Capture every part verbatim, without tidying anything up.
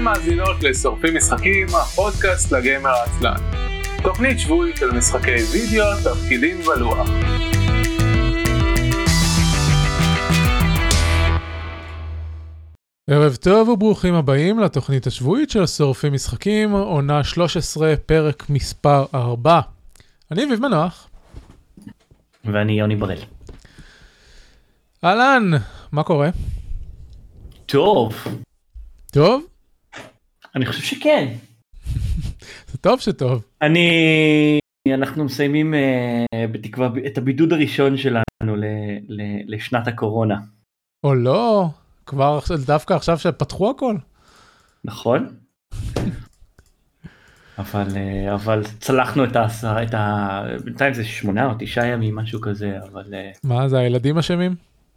אתן מאזינות לשורפים משחקים, הפודקאסט לגיימר העצלן. תוכנית שבועית של משחקי וידאו, תפקידים ולוח. ערב טוב וברוכים הבאים לתוכנית השבועית של שורפים משחקים, עונה שלוש עשרה, פרק מספר ארבע. אני אביב מנוח. ואני יוני בראל. אהלן, מה קורה? טוב. טוב? אני חושב שכן. זה טוב שטוב. אני... אנחנו מסיימים uh, בתקווה את הבידוד הראשון שלנו ל... ל... לשנת הקורונה. או לא, כבר דווקא עכשיו שפתחו הכל. נכון. אבל, uh, אבל צלחנו את העשר, את ה... בינתיים זה שמונה או תשעה ימים, משהו כזה, אבל... Uh... מה, זה הילדים אשמים?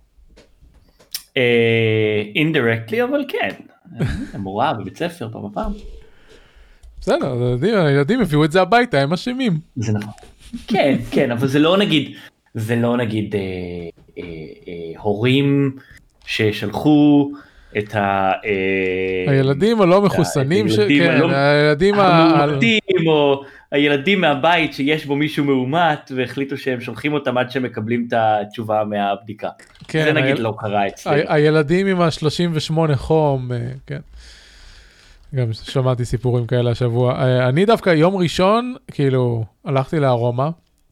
אינדירקטלי, uh, אבל כן. המורה בבית ספר פעם הפעם. בסדר, הילדים הביאו את זה הביתה, הם אשמים. זה נכון. כן, כן, אבל זה לא נגיד, זה לא נגיד אה, אה, אה, הורים ששלחו את ה... אה, הילדים הלא מחוסנים, הילדים המאומתים, או הילדים מהבית שיש בו מישהו מאומת, והחליטו שהם שולחים אותם עד שהם מקבלים את התשובה מהבדיקה. זה נגיד לא קרה אצלנו. הילדים עם ה-שלושים ושמונה חום, כן. גם שמעתי סיפורים כאלה השבוע. אני דווקא יום ראשון, כאילו, הלכתי לארומה,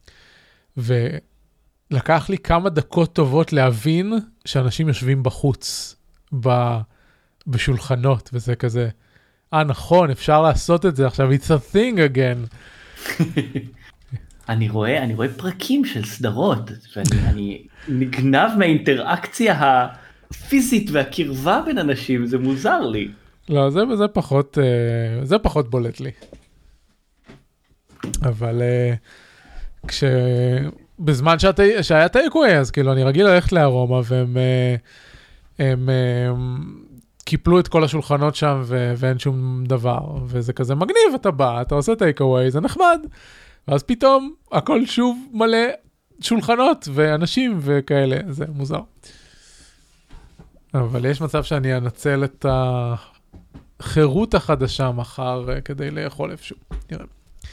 ולקח לי כמה דקות טובות להבין שאנשים יושבים בחוץ, בשולחנות, וזה כזה, אה, נכון, אפשר לעשות את זה עכשיו, it's a thing again. אני רואה, אני רואה פרקים של סדרות, ואני אני נגנב מהאינטראקציה הפיזית והקרבה בין אנשים, זה מוזר לי. לא, זה, זה פחות, זה פחות בולט לי. אבל כש... בזמן שהיה טייקווי, אז כאילו, אני רגיל ללכת לארומה, והם הם, הם, קיפלו את כל השולחנות שם, ו, ואין שום דבר. וזה כזה מגניב, אתה בא, אתה עושה טייקווי, זה נחמד. ואז פתאום, הכל שוב מלא שולחנות, ואנשים וכאלה, זה מוזר. אבל יש מצב שאני אנצל את ה... חירות החדשה מחר כדי לאכול איפשהו. נראה.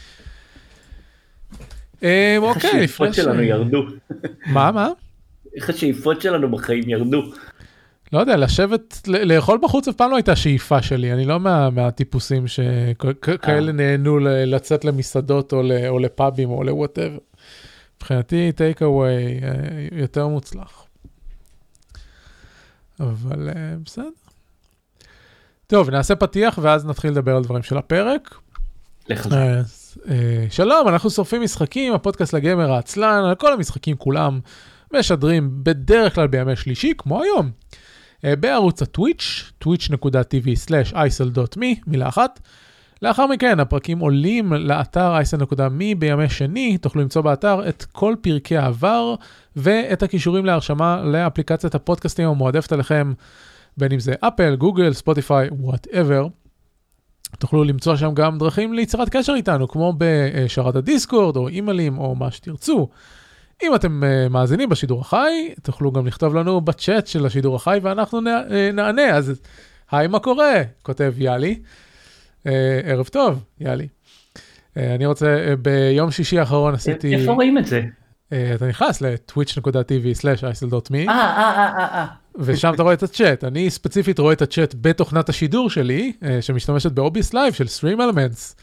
איך השאיפות שלנו ירדו. מה, מה? איך השאיפות שלנו בחיים ירדו. לא יודע, לשבת, לאכול בחוץ אף פעם לא הייתה שאיפה שלי. אני לא מהטיפוסים שכאלה נהנו לצאת למסעדות או לפאבים או לווטאבר. מבחינתי טייקאווי יותר מוצלח. אבל בסדר. טוב, נעשה פתיח ואז נתחיל לדבר על דברים של הפרק. אז, אה, שלום, אנחנו שורפים משחקים, הפודקאסט לגיימר העצלן, על כל המשחקים כולם משדרים בדרך כלל בימי שלישי, כמו היום. אה, בערוץ הטוויץ', טוויץ' נקודה טי וי סלאש אייסל דוט מי, מילה אחת. לאחר מכן, הפרקים עולים לאתר אייסל נקודה מי בימי שני, תוכלו למצוא באתר את כל פרקי העבר, ואת הקישורים להרשמה לאפליקציית הפודקאסטים המועדפת עליכם, בין אם זה אפל, גוגל, ספוטיפיי, whatever. תוכלו למצוא שם גם דרכים ליצירת קשר איתנו, כמו בשרת הדיסקורד, או אימיילים, או מה שתרצו. אם אתם מאזינים בשידור החי, תוכלו גם לכתוב לנו בצ'אט של השידור החי, ואנחנו נענה. אז, היי, מה קורה? כותב יאלי. ערב טוב, יאלי. אני רוצה, ביום שישי האחרון עשיתי... איפה רואים את זה? אתה נכנס ל-טוויץ' נקודה טי וי סלאש אייסל דוט מי. אה, אה, אה, אה. ושם אתה רואה את הצ'אט. אני ספציפית רואה את הצ'אט בתוכנת השידור שלי, שמשתמשת ב-אוביס לייב של Stream Elements.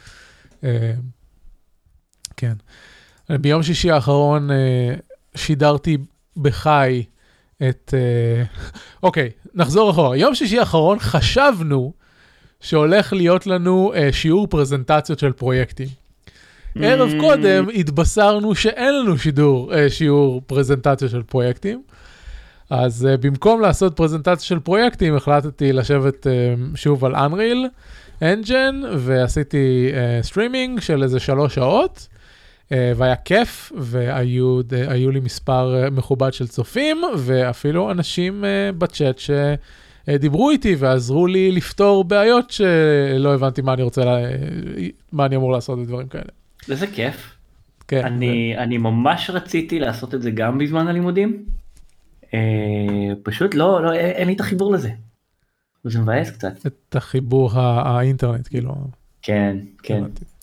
כן. ביום שישי האחרון שידרתי בחי את... אוקיי, נחזור אחורה. יום שישי האחרון חשבנו שהולך להיות לנו שיעור פרזנטציות של פרויקטים. ערב קודם התבשרנו שאין לנו שידור, שיעור פרזנטציות של פרויקטים. אז uh, במקום לעשות פרזנטציה של פרויקטים, החלטתי לשבת uh, שוב על Unreal Engine, ועשיתי סטרימינג uh, של איזה שלוש שעות, uh, והיה כיף, והיו uh, לי מספר uh, מכובד של צופים, ואפילו אנשים uh, בצ'אט שדיברו איתי, ועזרו לי לפתור בעיות שלא הבנתי מה אני רוצה, לה, מה אני אמור לעשות בדברים כאלה. זה כיף. כן. אני, זה... אני ממש רציתי לעשות את זה גם בזמן הלימודים, פשוט לא, לא, אין לי את החיבור לזה. זה מבאס קצת. את החיבור האינטרנט, כאילו. כן, כן.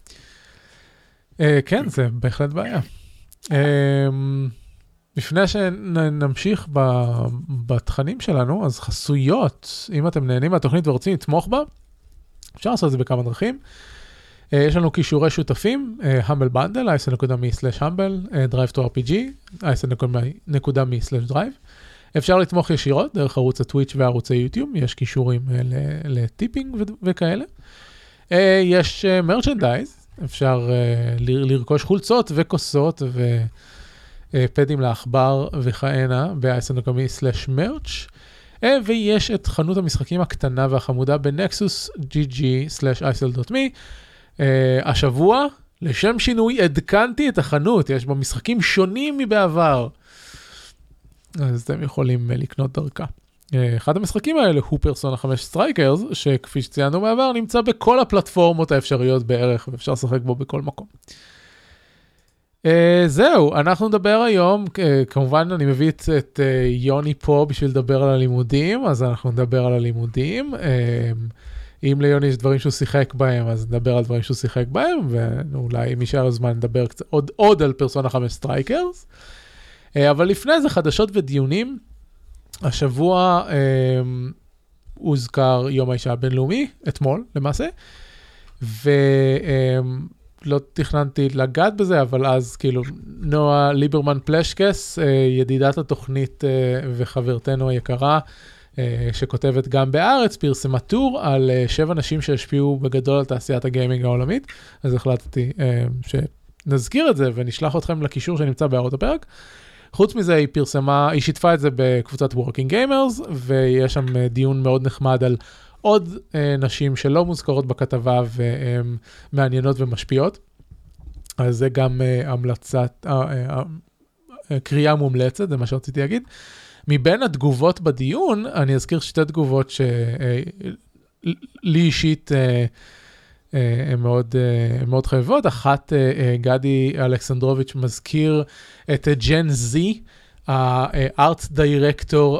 כן, זה בהחלט בעיה. לפני שנמשיך בתכנים שלנו, אז חסויות, אם אתם נהנים מהתוכנית ורוצים לתמוך בה, אפשר לעשות את זה בכמה דרכים. יש לנו קישורי שותפים, Humble Bundle, אייסל נקודה מי סלש Humble, Drive to אר פי ג'י, אייסל נקודה מי סלש Drive. אפשר לתמוך ישירות דרך ערוץ הטוויץ' וערוץ היוטיוב, יש קישורים לטיפינג וכאלה. יש מרצ'נדייז, אפשר לרכוש חולצות וכוסות ופדים לעכבר וכהנה ב-אייסל נקודה מי סלש מרץ'. ויש את חנות המשחקים הקטנה והחמודה בנקסוס ג'י ג'י סלש אייסל דוט מי. השבוע, לשם שינוי, עדכנתי את החנות, יש בה משחקים שונים מבעבר. אז אתם יכולים לקנות דרכה. אחד המשחקים האלה הוא פרסונה חמש סטרייקרס, שכפי שציינו בעבר, נמצא בכל הפלטפורמות האפשריות בערך, ואפשר לשחק בו בכל מקום. זהו, אנחנו נדבר היום, כמובן אני מביא את יוני פה בשביל לדבר על הלימודים, אז אנחנו נדבר על הלימודים. אם ליוני יש דברים שהוא שיחק בהם, אז נדבר על דברים שהוא שיחק בהם, ואולי אם יישאר הזמן נדבר קצת עוד, עוד על פרסונה חמש סטרייקרס. אבל לפני זה חדשות ודיונים, השבוע אה, הוזכר יום האישה הבינלאומי, אתמול למעשה, ולא אה, תכננתי לגעת בזה, אבל אז כאילו נועה ליברמן פלשקס, אה, ידידת התוכנית אה, וחברתנו היקרה, אה, שכותבת גם בארץ, פרסמה טור על אה, שבע נשים שהשפיעו בגדול על תעשיית הגיימינג העולמית, אז החלטתי אה, שנזכיר את זה ונשלח אתכם לקישור שנמצא בהערות הפרק. חוץ מזה היא פרסמה, היא שיתפה את זה בקבוצת Working Gamers, ויש שם דיון מאוד נחמד על עוד אה, נשים שלא מוזכרות בכתבה והן מעניינות ומשפיעות. אז זה גם אה, המלצת, אה, אה, אה, קריאה מומלצת, זה מה שרציתי להגיד. מבין התגובות בדיון, אני אזכיר שתי תגובות שלי אה, אישית אה, הן מאוד, מאוד חייבות. אחת, גדי אלכסנדרוביץ' מזכיר את ג'ן זי, הארט דירקטור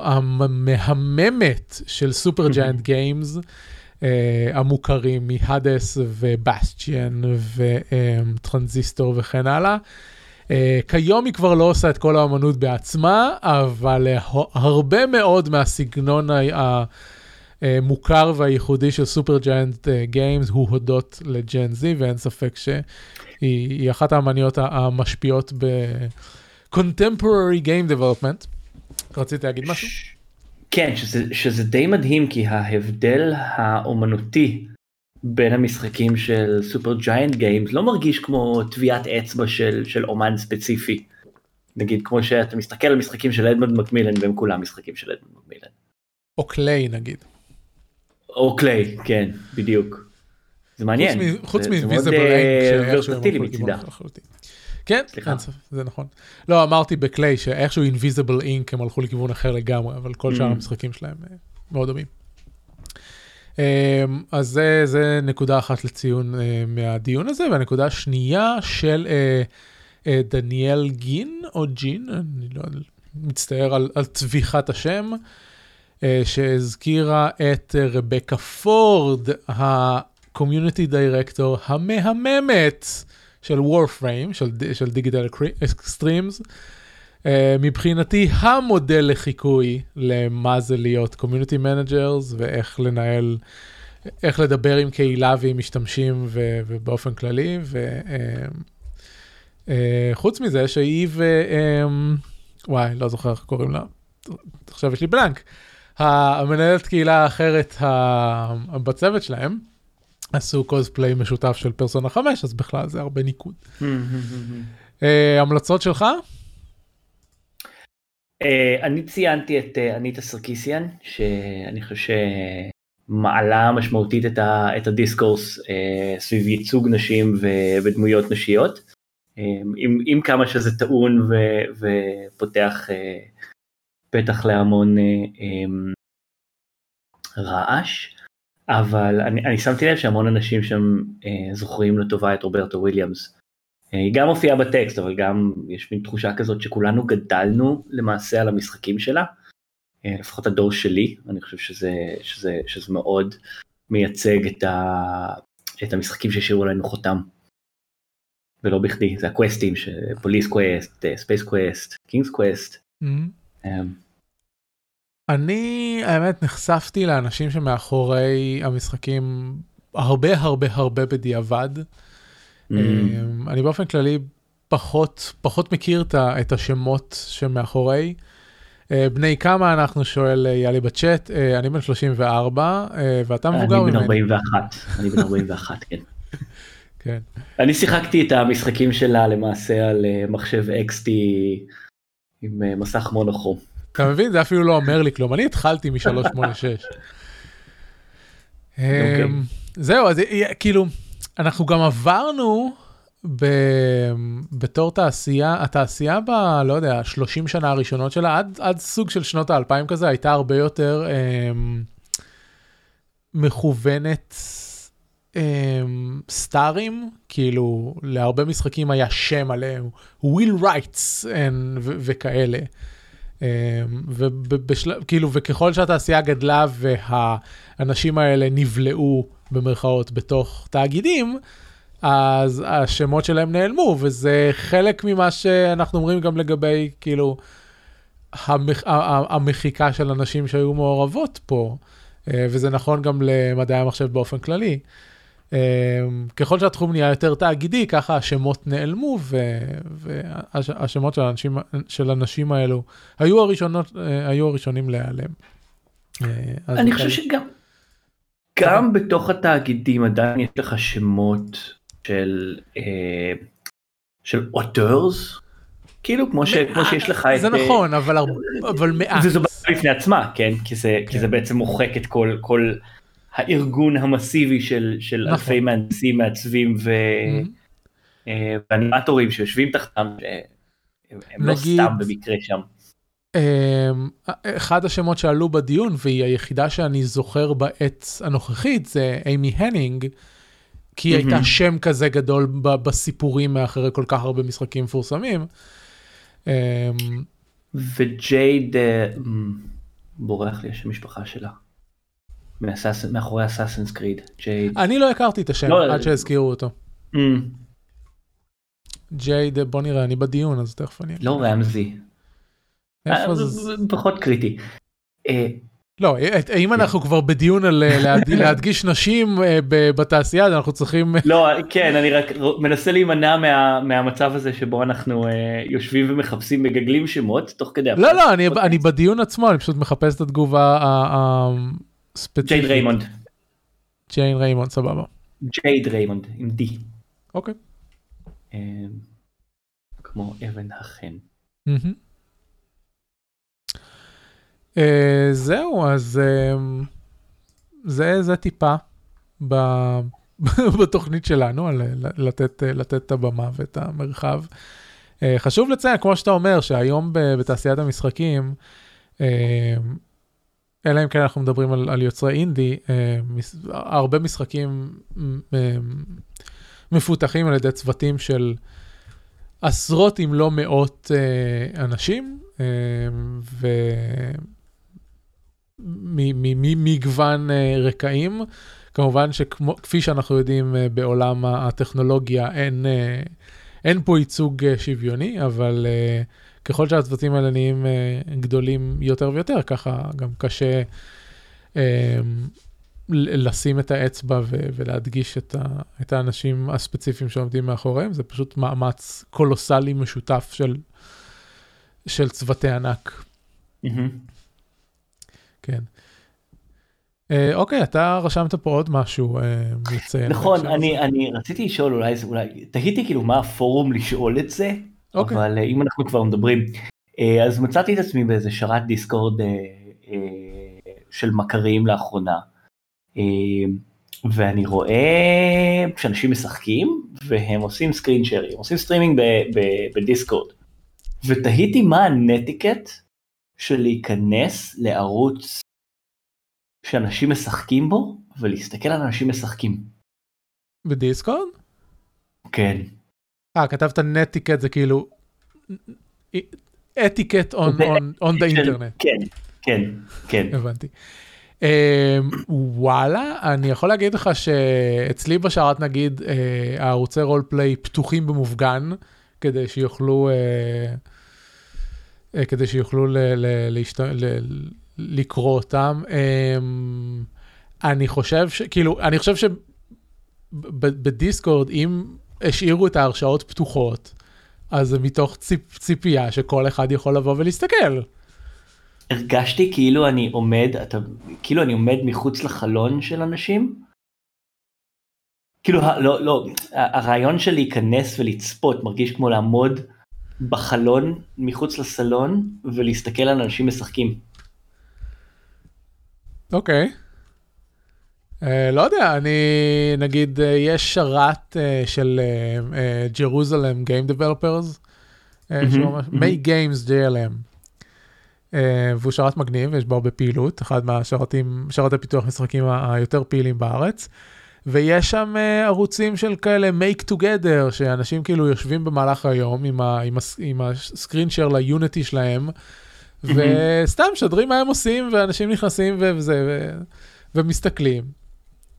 המהממת של סופר ג'יינט גיימס, המוכרים מהדס ובאסטיאן וטרנזיסטור וכן הלאה. כיום היא כבר לא עושה את כל האמנות בעצמה, אבל הרבה מאוד מהסגנון ה... מוכר והייחודי של סופר ג'יינט גיימס הוא הודות לג'ן זי, ואין ספק שהיא אחת האמניות המשפיעות ב-contemporary game development. רצית להגיד משהו? כן, שזה, שזה די מדהים, כי ההבדל האומנותי בין המשחקים של סופר ג'יינט גיימס לא מרגיש כמו טביעת אצבע של, של אומן ספציפי. נגיד, כמו שאתה מסתכל על משחקים של אדמונד מקמילן, והם כולם משחקים של אדמונד מקמילן. או קליי נגיד. או קליי, כן, בדיוק. זה מעניין. חוץ מ-Invisible Ink, ורסטילי מצידה. כן, זה נכון. לא, אמרתי בקליי שאיכשהו Invisible Ink הם הלכו לכיוון אחר לגמרי, אבל כל שאר המשחקים שלהם מאוד דומים. אז זה נקודה אחת לציון מהדיון הזה, והנקודה השנייה של דניאל גין, או ג'ין, אני לא מצטער על צביחת השם, שהזכירה את רבקה פורד, הקומיוניטי דירקטור המהממת של Warframe, של, של Digital Extremes, מבחינתי המודל לחיקוי למה זה להיות Community Managers, ואיך לנהל, איך לדבר עם קהילה ועם משתמשים ו, ובאופן כללי, וחוץ מזה שהיא ו... וואי, לא זוכר איך קוראים לה, עכשיו יש לי בלנק, המנהלת קהילה האחרת בצוות שלהם, עשו קוספליי משותף של פרסונה חמש, אז בכלל זה הרבה ניקוד. המלצות שלך? אני ציינתי את אניטה סרקיסיאן, שאני חושב שמעלה משמעותית את הדיסקורס סביב ייצוג נשים ודמויות נשיות, עם כמה שזה טעון ופותח פתח להמון רעש, אבל אני, אני שמתי לב שהמון אנשים שם אה, זוכרים לטובה את רוברטו וויליאמס. אה, היא גם הופיעה בטקסט, אבל גם יש מין תחושה כזאת שכולנו גדלנו למעשה על המשחקים שלה. לפחות הדור שלי, אני חושב שזה, שזה, שזה מאוד מייצג את, ה, את המשחקים שהשאירו לנו חותם. ולא בכדי, זה הקווסטים, פוליס קווסט, ספייס קווסט, קינגס קווסט. אני, האמת, נחשפתי לאנשים שמאחורי המשחקים הרבה הרבה הרבה בדיעבד. אני באופן כללי פחות, פחות מכיר את השמות שמאחורי. בני כמה אנחנו, שואל יאלי בצ'אט, אני בן שלושים וארבע, ואתה מבוגר ממני. אני בן ארבעים ואחת, אני בן ארבעים ואחת, כן. כן. אני שיחקתי את המשחקים שלה למעשה על מחשב אקס טי עם מסך מונוכרום. אתה מבין? זה אפילו לא אומר לי כלום. אני התחלתי מ-שלוש שמונה שש. זהו, אז כאילו, אנחנו גם עברנו בתור תעשייה, התעשייה ב, לא יודע, שלושים שנה הראשונות שלה, עד, עד סוג של שנות האלפיים כזה, הייתה הרבה יותר מכוונת סטארים, כאילו להרבה משחקים היה שם עליהם, will rights וכאלה. וכאילו, וככל שהתעשייה גדלה והאנשים האלה נבלעו במרכאות בתוך תאגידים, אז השמות שלהם נעלמו, וזה חלק ממה שאנחנו אומרים גם לגבי, כאילו, המחיקה של אנשים שהיו מעורבות פה, וזה נכון גם למדעי המחשב באופן כללי. ככל שהתחום נהיה יותר תאגידי, ככה השמות נעלמו, והשמות של האנשים, של האנשים האלו היו הראשונות, היו הראשונים להיעלם. אני חושב שגם, גם בתוך התאגידים עדיין יש לך שמות של, של אוטורס, כאילו כמו שיש לך את... זה נכון, אבל מעט. וזו בעיה בפני עצמה, כן? כי זה בעצם מוחק את כל... הארגון המסיבי של, של אלפי מהנדסים, מעצבים ואנימטורים שיושבים תחתם, הם לא סתם במקרה שם. אחד השמות שעלו בדיון, והיא היחידה שאני זוכר בעת הנוכחית, זה אימי הנינג, כי היא הייתה שם כזה גדול בסיפורים מאחרי כל כך הרבה משחקים מפורסמים. וג'ייד, בורח לי השם משפחה שלה. מאחורי אסאסינס קריד, ג'ייד. אני לא הכרתי את השם, עד שהזכירו אותו. ג'ייד, בוא נראה, אני בדיון, אז תכף אני... לא רמזי. פחות קריטי. לא, אם אנחנו כבר בדיון על להדגיש נשים בתעשייה, אנחנו צריכים... לא, כן, אני רק מנסה להימנע מהמצב הזה שבו אנחנו יושבים ומחפשים, מגגלים שמות, תוך כדי... לא, לא, אני בדיון עצמו, אני פשוט מחפש את התגובה ספציפית. ג'ייד ריימונד. ג'ייד ריימונד, סבבה. ג'ייד ריימונד, עם די. אוקיי. כמו אבן החן. זהו, אז זה טיפה בתוכנית שלנו, לתת את הבמה ואת המרחב. חשוב לציין, כמו שאתה אומר, שהיום בתעשיית המשחקים, אלא אם כן אנחנו מדברים על, על יוצרי אינדי, הרבה משחקים מפותחים על ידי צוותים של עשרות אם לא מאות אנשים, ומגוון רקעים. כמובן שכפי שאנחנו יודעים בעולם הטכנולוגיה, אין, אין פה ייצוג שוויוני, אבל ככל שהצוותים האלה נהיים גדולים יותר ויותר, ככה גם קשה לשים את האצבע ולהדגיש את האנשים הספציפיים שעומדים מאחוריהם. זה פשוט מאמץ קולוסלי משותף של, של צוותי ענק. כן. אוקיי, אתה רשמת פה עוד משהו לציין. נכון, אני רציתי לשאול אולי, תהיתי כאילו מה הפורום לשאול את זה, אבל אם אנחנו כבר מדברים, אז מצאתי את עצמי באיזה שרת דיסקורד של מכרים לאחרונה, ואני רואה שאנשים משחקים, והם עושים סקרין שרים, עושים סטרימינג בדיסקורד, ותהיתי מה הנטיקט של להיכנס לערוץ שאנשים משחקים בו, ולהסתכל על אנשים משחקים. בדיסקורד? כן. אה, כתבת נטיקט, זה כאילו, אתיקט on the internet. כן, כן, כן. הבנתי. וואלה, אני יכול להגיד לך שאצלי בשרת נגיד, הערוצי רולפליי פתוחים במופגן, כדי שיוכלו, כדי שיוכלו לקרוא אותם. אני חושב ש... כאילו, אני חושב שבדיסקורד, אם השאירו את ההרשאות פתוחות, אז זה מתוך ציפ, ציפייה שכל אחד יכול לבוא ולהסתכל. הרגשתי כאילו אני עומד, אתה, כאילו אני עומד מחוץ לחלון של אנשים. כאילו, לא, לא, הרעיון של להיכנס ולצפות מרגיש כמו לעמוד בחלון מחוץ לסלון ולהסתכל על אנשים משחקים. אוקיי. Uh, לא יודע, אני, נגיד, uh, יש שרת uh, של uh, uh, Jerusalem Game Developers, uh, mm-hmm, שממש, mm-hmm. Make Games ג'יי אל אם, uh, והוא שרת מגניב, יש בו הרבה פעילות, אחד מהשרתים, שרתי פיתוח משחקים היותר פעילים בארץ, ויש שם uh, ערוצים של כאלה Make Together, שאנשים כאילו יושבים במהלך היום עם, ה, עם, הס, עם הסקרין שייר ליוניטי שלהם, mm-hmm. וסתם שדרים מה הם עושים, ואנשים נכנסים וזה, ו, ומסתכלים.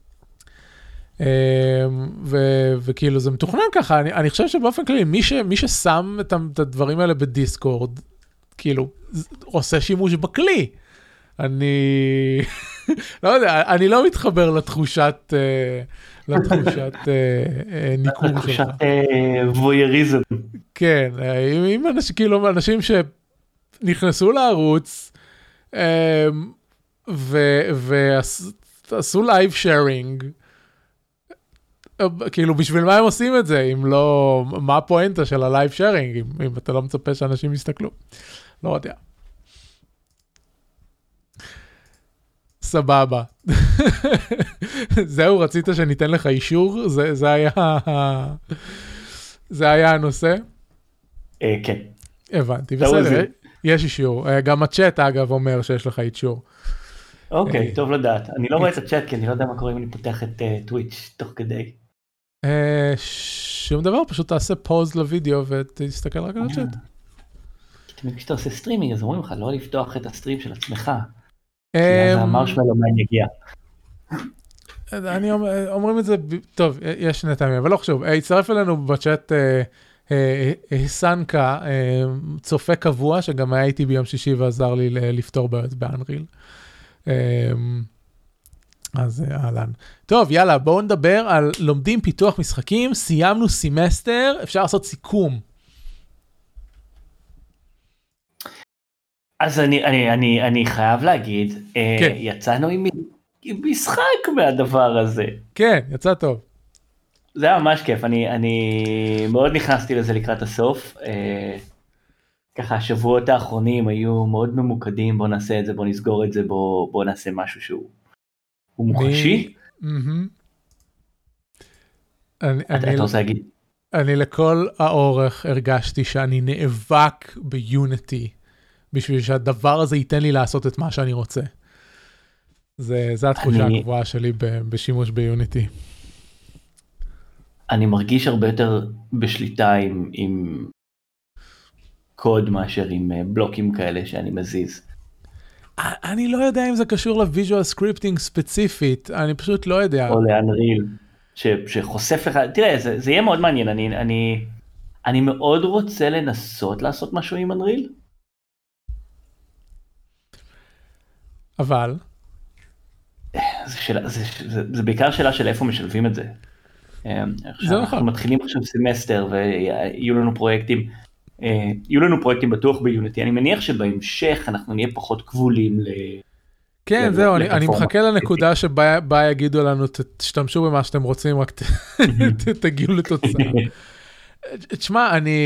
וכאילו זה מתוכנן ככה, אני, אני חושב שבאופן כללי, מי, ש, מי ששם את, את הדברים האלה בדיסקורד, כאילו, עושה שימוש בכלי. אני, לא יודע, אני לא מתחבר לתחושת, לתחושת ניכור שלך. לתחושת וויריזם. כן, עם אנשים, כאילו, אנשים שנכנסו לערוץ, ועשו לייב שיירינג, כאילו, בשביל מה הם עושים את זה? אם לא, מה הפואנטה של הלייב שיירינג? אם, אם אתה לא מצפה שאנשים יסתכלו. לא יודע. סבבה. זהו, רצית שניתן לך אישור? זה, זה היה, זה היה הנושא? כן. הבנתי, בסדר. יש אישור. גם הצ'אט, אגב, אומר שיש לך אישור. אוקיי, טוב לדעת. אני לא רואה את הצ'אט, כי אני לא יודע מה קורה אם אני פותח את טוויץ' תוך כדי. שום דבר, פשוט תעשה פוז לוידאו ותסתכל רק על הצ'אט. תמיד כשאתה עושה סטרימינג, אז אומרים לך לא לפתוח את הסטרים של עצמך. כי אז המרשמלו מה יגיע. אני אומרים את זה, טוב, יש שני טעמים, אבל לא חשוב. הצטרף אלינו בצ'אט סנקה, צופה קבוע, שגם היה איתי ביום שישי ועזר לי לפתור בעיות באנריל. אז אהלן. טוב, יאללה, בואו נדבר על לומדים פיתוח משחקים, סיימנו סמסטר, אפשר לעשות סיכום. אז אני, אני, אני, אני חייב להגיד, כן. יצאנו עם, עם משחק מהדבר הזה. כן, יצא טוב. זה היה ממש כיף, אני, אני מאוד נכנסתי לזה לקראת הסוף. ככה השבועות האחרונים היו מאוד ממוקדים, בוא נעשה את זה, בוא נסגור את זה, בוא, בוא נעשה משהו שהוא הוא מוחשי. אני, אתה, אני, אתה רוצה להגיד? אני לכל האורך הרגשתי שאני נאבק ביוניטי, בשביל שהדבר הזה ייתן לי לעשות את מה שאני רוצה. זה, זה התחושה אני, הגבוהה שלי בשימוש ביוניטי. אני מרגיש הרבה יותר בשליטה עם, עם קוד מאשר עם בלוקים כאלה שאני מזיז. אני לא יודע אם זה קשור לוויז'ואל סקריפטינג ספציפית, אני פשוט לא יודע. או לאנריל, ש, שחושף לך, תראה, זה, זה יהיה מאוד מעניין, אני, אני, אני מאוד רוצה לנסות לעשות משהו עם אנריל. אבל? זה, שאלה, זה, זה, זה בעיקר שאלה של איפה משלבים את זה. עכשיו, אנחנו מתחילים עכשיו סמסטר ויהיו לנו פרויקטים, יהיו לנו פרויקטים בטוח ביוניטי, אני מניח שבהמשך אנחנו נהיה פחות כבולים ל... כן, זהו, אני מחכה לנקודה שבה יגידו לנו, תשתמשו במה שאתם רוצים, רק תגיעו לתוצאה. תשמע, אני...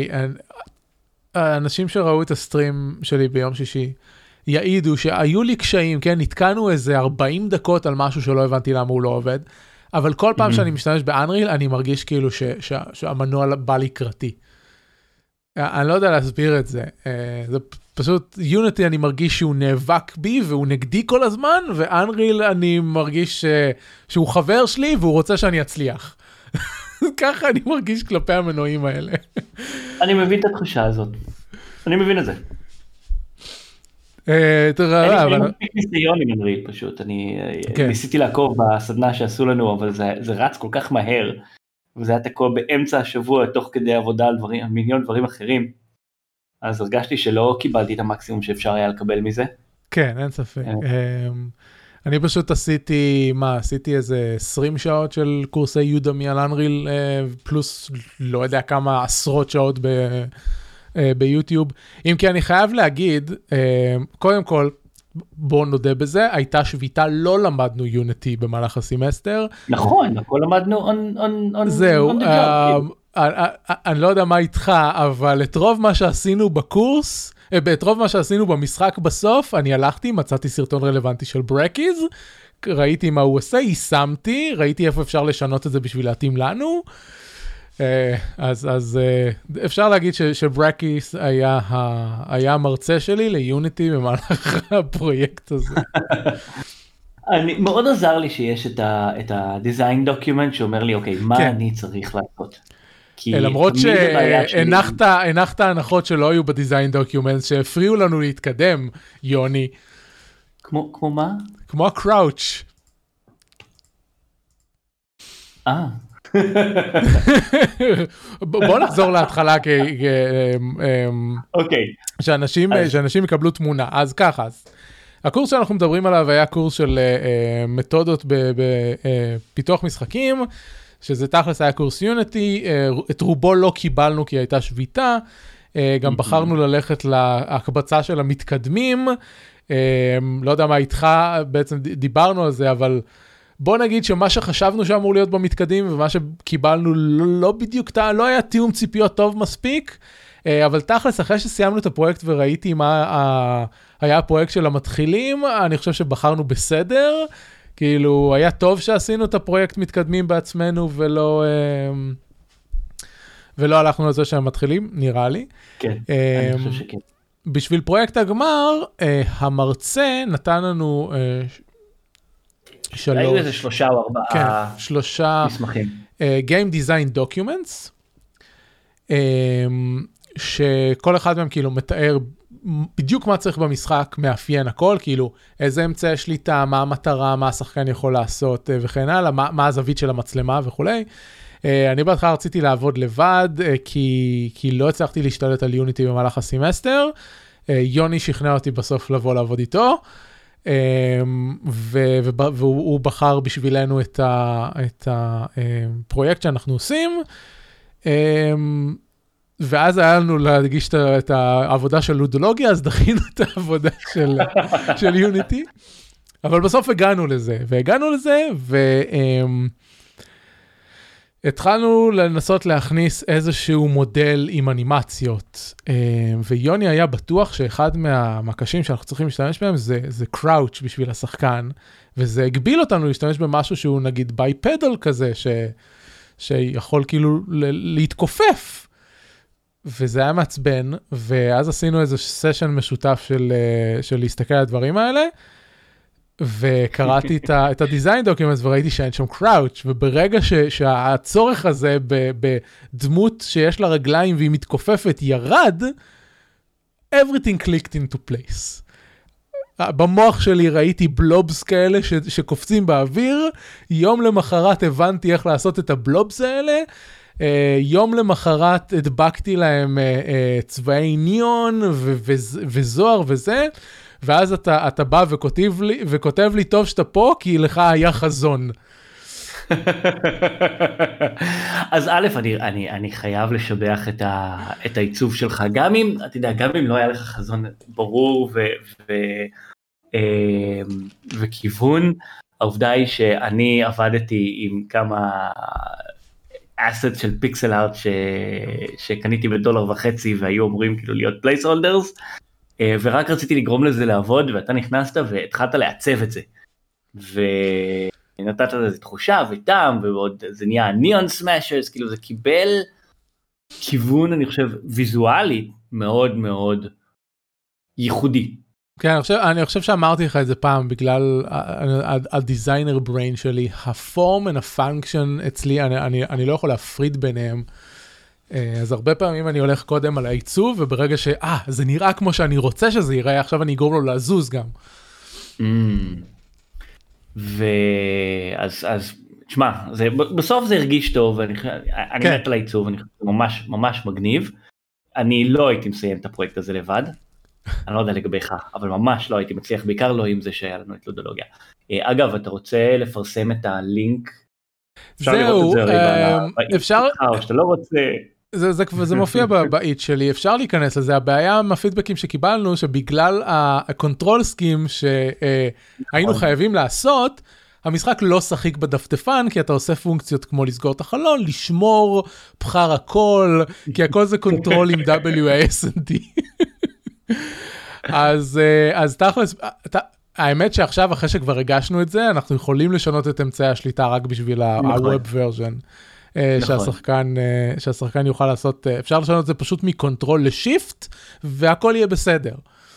האנשים שראו את הסטרים שלי ביום שישי, יעידו שהיו לי קשיים, כן, נתקענו איזה ארבעים דקות על משהו שלא הבנתי למה הוא לא עובד, אבל כל פעם שאני משתמש באנריל, אני מרגיש כאילו שהמנוע בא לקראתי. אני לא יודע להסביר את זה. זה פשוט, יוניטי אני מרגיש שהוא נאבק בי, והוא נגדי כל הזמן, ואנריל אני מרגיש שהוא חבר שלי, והוא רוצה שאני אצליח. ככה אני מרגיש כלפי המנועים האלה. אני מבין את התחושה הזאת. אני מבין את זה. אין לי מספיק ניסיון עם אנריל פשוט, אני ניסיתי לעקוב בסדנה שעשו לנו, אבל זה רץ כל כך מהר, וזה היה תקוע באמצע השבוע, תוך כדי עבודה על מיליון דברים אחרים, אז הרגשתי שלא קיבלתי את המקסימום שאפשר היה לקבל מזה. כן, אין ספק. אני פשוט עשיתי, מה, עשיתי איזה עשרים שעות של קורסי יודמי על אנריל, פלוס לא יודע כמה עשרות שעות ב... ביוטיוב. אם כי אני חייב להגיד, קודם כל, בואו נודה בזה, הייתה שביתה, לא למדנו יוניטי במהלך הסמסטר. נכון, הכל למדנו on, on, on, זהו, on the job. אני לא יודע מה איתך, אבל את רוב מה שעשינו בקורס, את רוב מה שעשינו במשחק בסוף, אני הלכתי, מצאתי סרטון רלוונטי של ברקיז, ראיתי מה הוא עושה, יישמתי, ראיתי איפה אפשר לשנות את זה בשביל להתאים לנו, אז, אז אפשר להגיד ש, שברקיס היה, היה המרצה שלי ליוניטי במהלך הפרויקט הזה. אני, מאוד עזר לי שיש את ה, את הדיזיין דוקיומנט שאומר לי, אוקיי, מה כן. אני צריך לעשות? למרות שהנחת, הנחת הנחות שלא היו בדיזיין דוקיומנט, שהפריעו לנו להתקדם, יוני. כמו, כמו מה? כמו הקראוץ'. אה. בוא נחזור להתחלה שאנשים יקבלו תמונה. אז ככה, הקורס שאנחנו מדברים עליו היה קורס של מתודות בפיתוח משחקים, שזה תכלס היה קורס יוניטי, את רובו לא קיבלנו כי הייתה שביתה, גם בחרנו ללכת להקבצה של המתקדמים, לא יודע מה איתך, בעצם דיברנו על זה, אבל בוא נגיד שמה שחשבנו שאמור להיות במתקדים, ומה שקיבלנו לא, לא בדיוק, לא היה תיאום ציפיות טוב מספיק, אבל תכלס, אחרי שסיימנו את הפרויקט וראיתי מה היה הפרויקט של המתחילים, אני חושב שבחרנו בסדר, כאילו, היה טוב שעשינו את הפרויקט מתקדמים בעצמנו, ולא, ולא הלכנו לזה שהם מתחילים, נראה לי. כן, אני חושב שכן. בשביל פרויקט הגמר, המרצה נתן לנו שלוש. היו איזה שלושה או ארבעה כן, שלושה מסמכים. Game Design Documents, שכל אחד מהם כאילו מתאר בדיוק מה צריך במשחק, מאפיין הכל, כאילו איזה אמצעי שליטה, מה המטרה, מה השחקן יכול לעשות וכן הלאה, מה, מה הזווית של המצלמה וכולי. אני בהתחלה רציתי לעבוד לבד, כי, כי לא הצלחתי להשתלט על יוניטי במהלך הסמסטר. יוני שכנע אותי בסוף לבוא לעבוד איתו, והוא בחר בשבילנו את הפרויקט שאנחנו עושים, ואז היה לנו להגיש את העבודה של לודולוגיה, אז דחינו את העבודה של יוניטי, אבל בסוף הגענו לזה, והגענו לזה, והתחלנו לנסות להכניס איזשהו מודל עם אנימציות, ויוני היה בטוח שאחד מהמקשים שאנחנו צריכים להשתמש בהם, זה, זה קראוץ' בשביל השחקן, וזה הגביל אותנו להשתמש במשהו שהוא נגיד בייפדל כזה, ש, שיכול כאילו להתכופף, וזה היה מעצבן, ואז עשינו איזה סשן משותף של, של להסתכל על הדברים האלה, וקראתי את ה-design documents וראיתי שאין שם crouch, וברגע ש, שהצורך הזה בדמות שיש לה רגליים והיא מתכופפת ירד, everything clicked into place. במוח שלי ראיתי בלובס כאלה ש, שקופצים באוויר, יום למחרת הבנתי איך לעשות את הבלובס האלה, Uh, יום למחרת הדבקתי להם uh, uh, צבעי ניון ו- ו- וזוהר וזה, ואז אתה, אתה בא וכותב לי, וכותב לי טוב שאתה פה, כי לך היה חזון. אז א', אני, אני, אני חייב לשבח את, ה, את העיצוב שלך, גם אם, אתה יודע, גם אם לא היה לך חזון ברור ו, ו, uh, וכיוון, העובדה היא שאני עבדתי עם כמה אסט של פיקסל ארט ש... שקניתי בדולר וחצי והיו אמורים כאילו להיות פלייסהולדרס, ורק רציתי לגרום לזה לעבוד, ואתה נכנסת והתחלת לעצב את זה, ונתת לזה תחושה וטעם, ועוד זה נהיה ניאון סמאשרס, כאילו זה קיבל כיוון, אני חושב, ויזואלי מאוד מאוד ייחודי. כן, אני חושב, אני חושב שאמרתי לך את זה פעם, בגלל הדיזיינר בריין שלי, הפורם and הפונקשן אצלי, אני, אני, אני לא יכול להפריד ביניהם, אז הרבה פעמים אני הולך קודם על העיצוב, וברגע ש, אה, זה נראה כמו שאני רוצה שזה ייראה, עכשיו אני אגרום לו לזוז גם. ואז, אז, תשמע, בסוף זה הרגיש טוב, אני מת על העיצוב, אני חושב ממש, ממש מגניב. אני לא הייתי מסיים את הפרויקט הזה לבד, אני לא יודע לגביך, אבל ממש לא הייתי מצליח, בעיקר לא עם זה שהיה לנו את לודולוגיה. אגב, אתה רוצה לפרסם את הלינק? זהו, אפשר... או שאתה לא רוצה... זה, זה, זה מופיע באיט שלי, אפשר להיכנס לזה. הבעיה עם הפידבקים שקיבלנו, שבגלל הקונטרול סקים שהיינו חייבים לעשות, המשחק לא שחיק בדפדפן, כי אתה עושה פונקציות כמו לסגור את החלון, לשמור, בחר הכל, כי הכל זה קונטרול עם דאבליו איי אס אנד די. אז, אז תכלס, האמת שעכשיו, אחרי שכבר הגשנו את זה, אנחנו יכולים לשנות את אמצעי השליטה רק בשביל ה-web version. שהשחקן, שהשחקן יוכל לעשות, אפשר לשנות את זה פשוט מקונטרול לשיפט, והכל יהיה בסדר.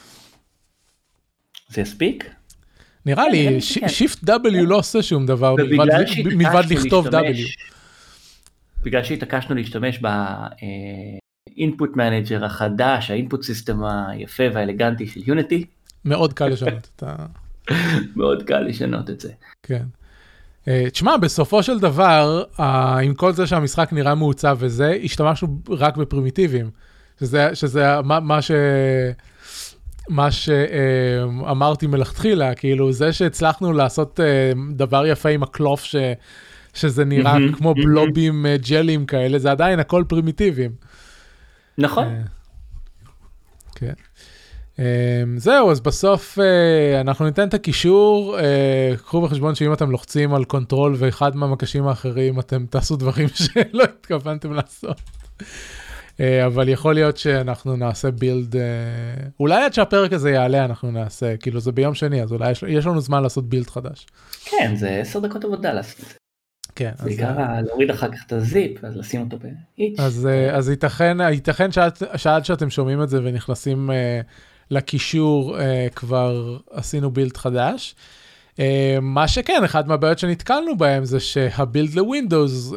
זה יספיק? נראה לי, שיפט דאבליו לא עושה שום דבר, מלבד לכתוב דאבליו. בגלל שהתעקשנו להשתמש באינפוט מנג'ר החדש, האינפוט סיסטם היפה והאלגנטי של יוניטי. מאוד קל לשנות את ה... מאוד קל לשנות את זה. כן. תשמע, בסופו של דבר, עם כל זה שהמשחק נראה מעוצב וזה, השתמשנו רק בפרימיטיבים, שזה, שזה מה, מה ש... מה שאמרתי מלכתחילה, כאילו זה שהצלחנו לעשות דבר יפה עם הקלוף, ש... שזה נראה mm-hmm, כמו mm-hmm. בלובים ג'לים כאלה, זה עדיין הכל פרימיטיבים. נכון. כן. זהו, אז בסוף אנחנו ניתן את הקישור, קחו בחשבון שאם אתם לוחצים על קונטרול ואחד מהמקשים האחרים, אתם תעשו דברים שלא התכוונתם לעשות. אבל יכול להיות שאנחנו נעשה בילד, אולי עד שהפרק הזה יעלה אנחנו נעשה, כאילו זה ביום שני, אז אולי יש, יש לנו זמן לעשות בילד חדש. כן, זה עשר דקות עבודה לעשות. כן. בעיקר להוריד אחר כך את הזיפ, אז לשים אותו באיץ'. אז, אז ייתכן, ייתכן שעד, שעד שאתם שומעים את זה ונכנסים לקישור, כבר עשינו בילד חדש. מה שכן, אחד מהבעיות שנתקלנו בהם זה שהבילד לווינדוס,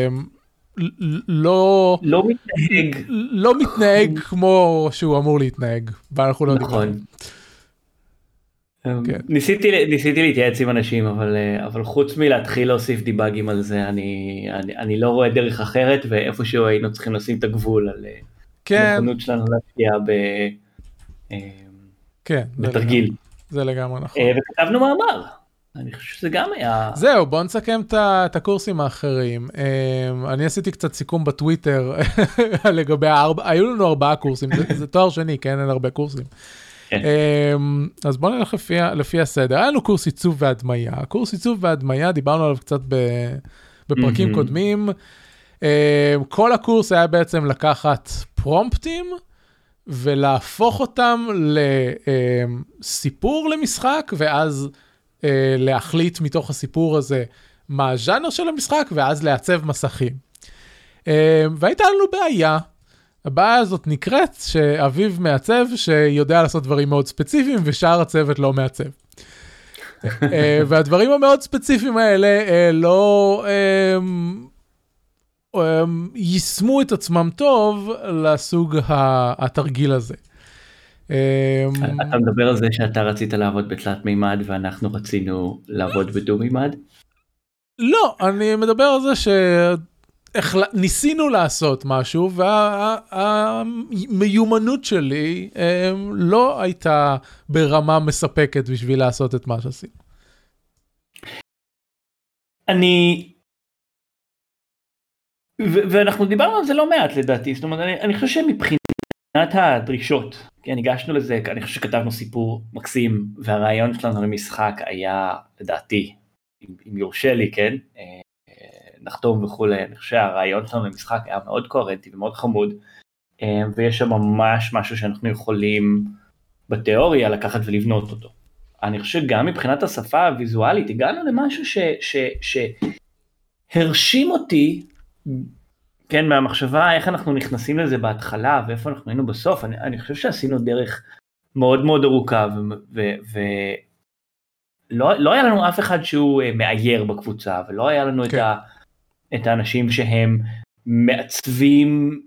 לא, לא מתנהג, לא מתנהג כמו שהוא אמור להתנהג, ואנחנו לא נכון. ניסיתי, ניסיתי להתייעץ עם אנשים, אבל, אבל חוץ מלהתחיל להוסיף דיבאגים על זה, אני, אני, אני לא רואה דרך אחרת, ואיפשהו היינו צריכים לשים את הגבול על הנכונות שלנו להשקיע ב, כן, בתרגיל. זה לגמרי נכון. וכתבנו מאמר. אני חושב שזה גם היה... זהו, בואו נסכם את הקורסים האחרים. אני עשיתי קצת סיכום בטוויטר לגבי הארבע, היו לנו ארבעה קורסים, זה תואר שני, כן, אין הרבה קורסים. אז בואו נלך לפי הסדר. היה לנו קורס עיצוב והדמיה. קורס עיצוב והדמיה, דיברנו עליו קצת בפרקים קודמים. כל הקורס היה בעצם לקחת פרומפטים, ולהפוך אותם לסיפור למשחק, ואז להחליט מתוך הסיפור הזה מה הז'אנר של המשחק, ואז לעצב מסכים. והייתה לנו בעיה. הבעיה הזאת נקראת שאביב מעצב שיודע לעשות דברים מאוד ספציפיים, ושאר הצוות לא מעצב. והדברים המאוד ספציפיים האלה לא יישמו את עצמם טוב לסוג התרגיל הזה. אתה מדבר על זה שאתה רצית לעבוד בתלת מימד ואנחנו רצינו לעבוד בדו מימד? לא, אני מדבר על זה שניסינו לעשות משהו והמיומנות שלי לא הייתה ברמה מספקת בשביל לעשות את מה שעשינו. אני... ואנחנו דיברנו על זה לא מעט לדעתי, זאת אומרת, אני, אני חושב שמבחינת הדרישות, כן, הגשנו לזה, אני חושב שכתבנו סיפור מקסים, והרעיון שלנו למשחק היה, לדעתי, אם, אם יורשה לי, כן, נחתום וכו', אני חושב שהרעיון שלנו למשחק היה מאוד קוהרנטי ומאוד חמוד, ויש שם ממש משהו שאנחנו יכולים בתיאוריה לקחת ולבנות אותו. אני חושב שגם מבחינת השפה הוויזואלית, הגענו למשהו ש, ש, ש, הרשים אותי, כן, מהמחשבה, איך אנחנו נכנסים לזה בהתחלה, ואיפה אנחנו היינו בסוף, אני, אני חושב שעשינו דרך מאוד מאוד ארוכה, ולא לא היה לנו אף אחד שהוא מאייר בקבוצה, ולא היה לנו כן. את, ה, את האנשים שהם מעצבים,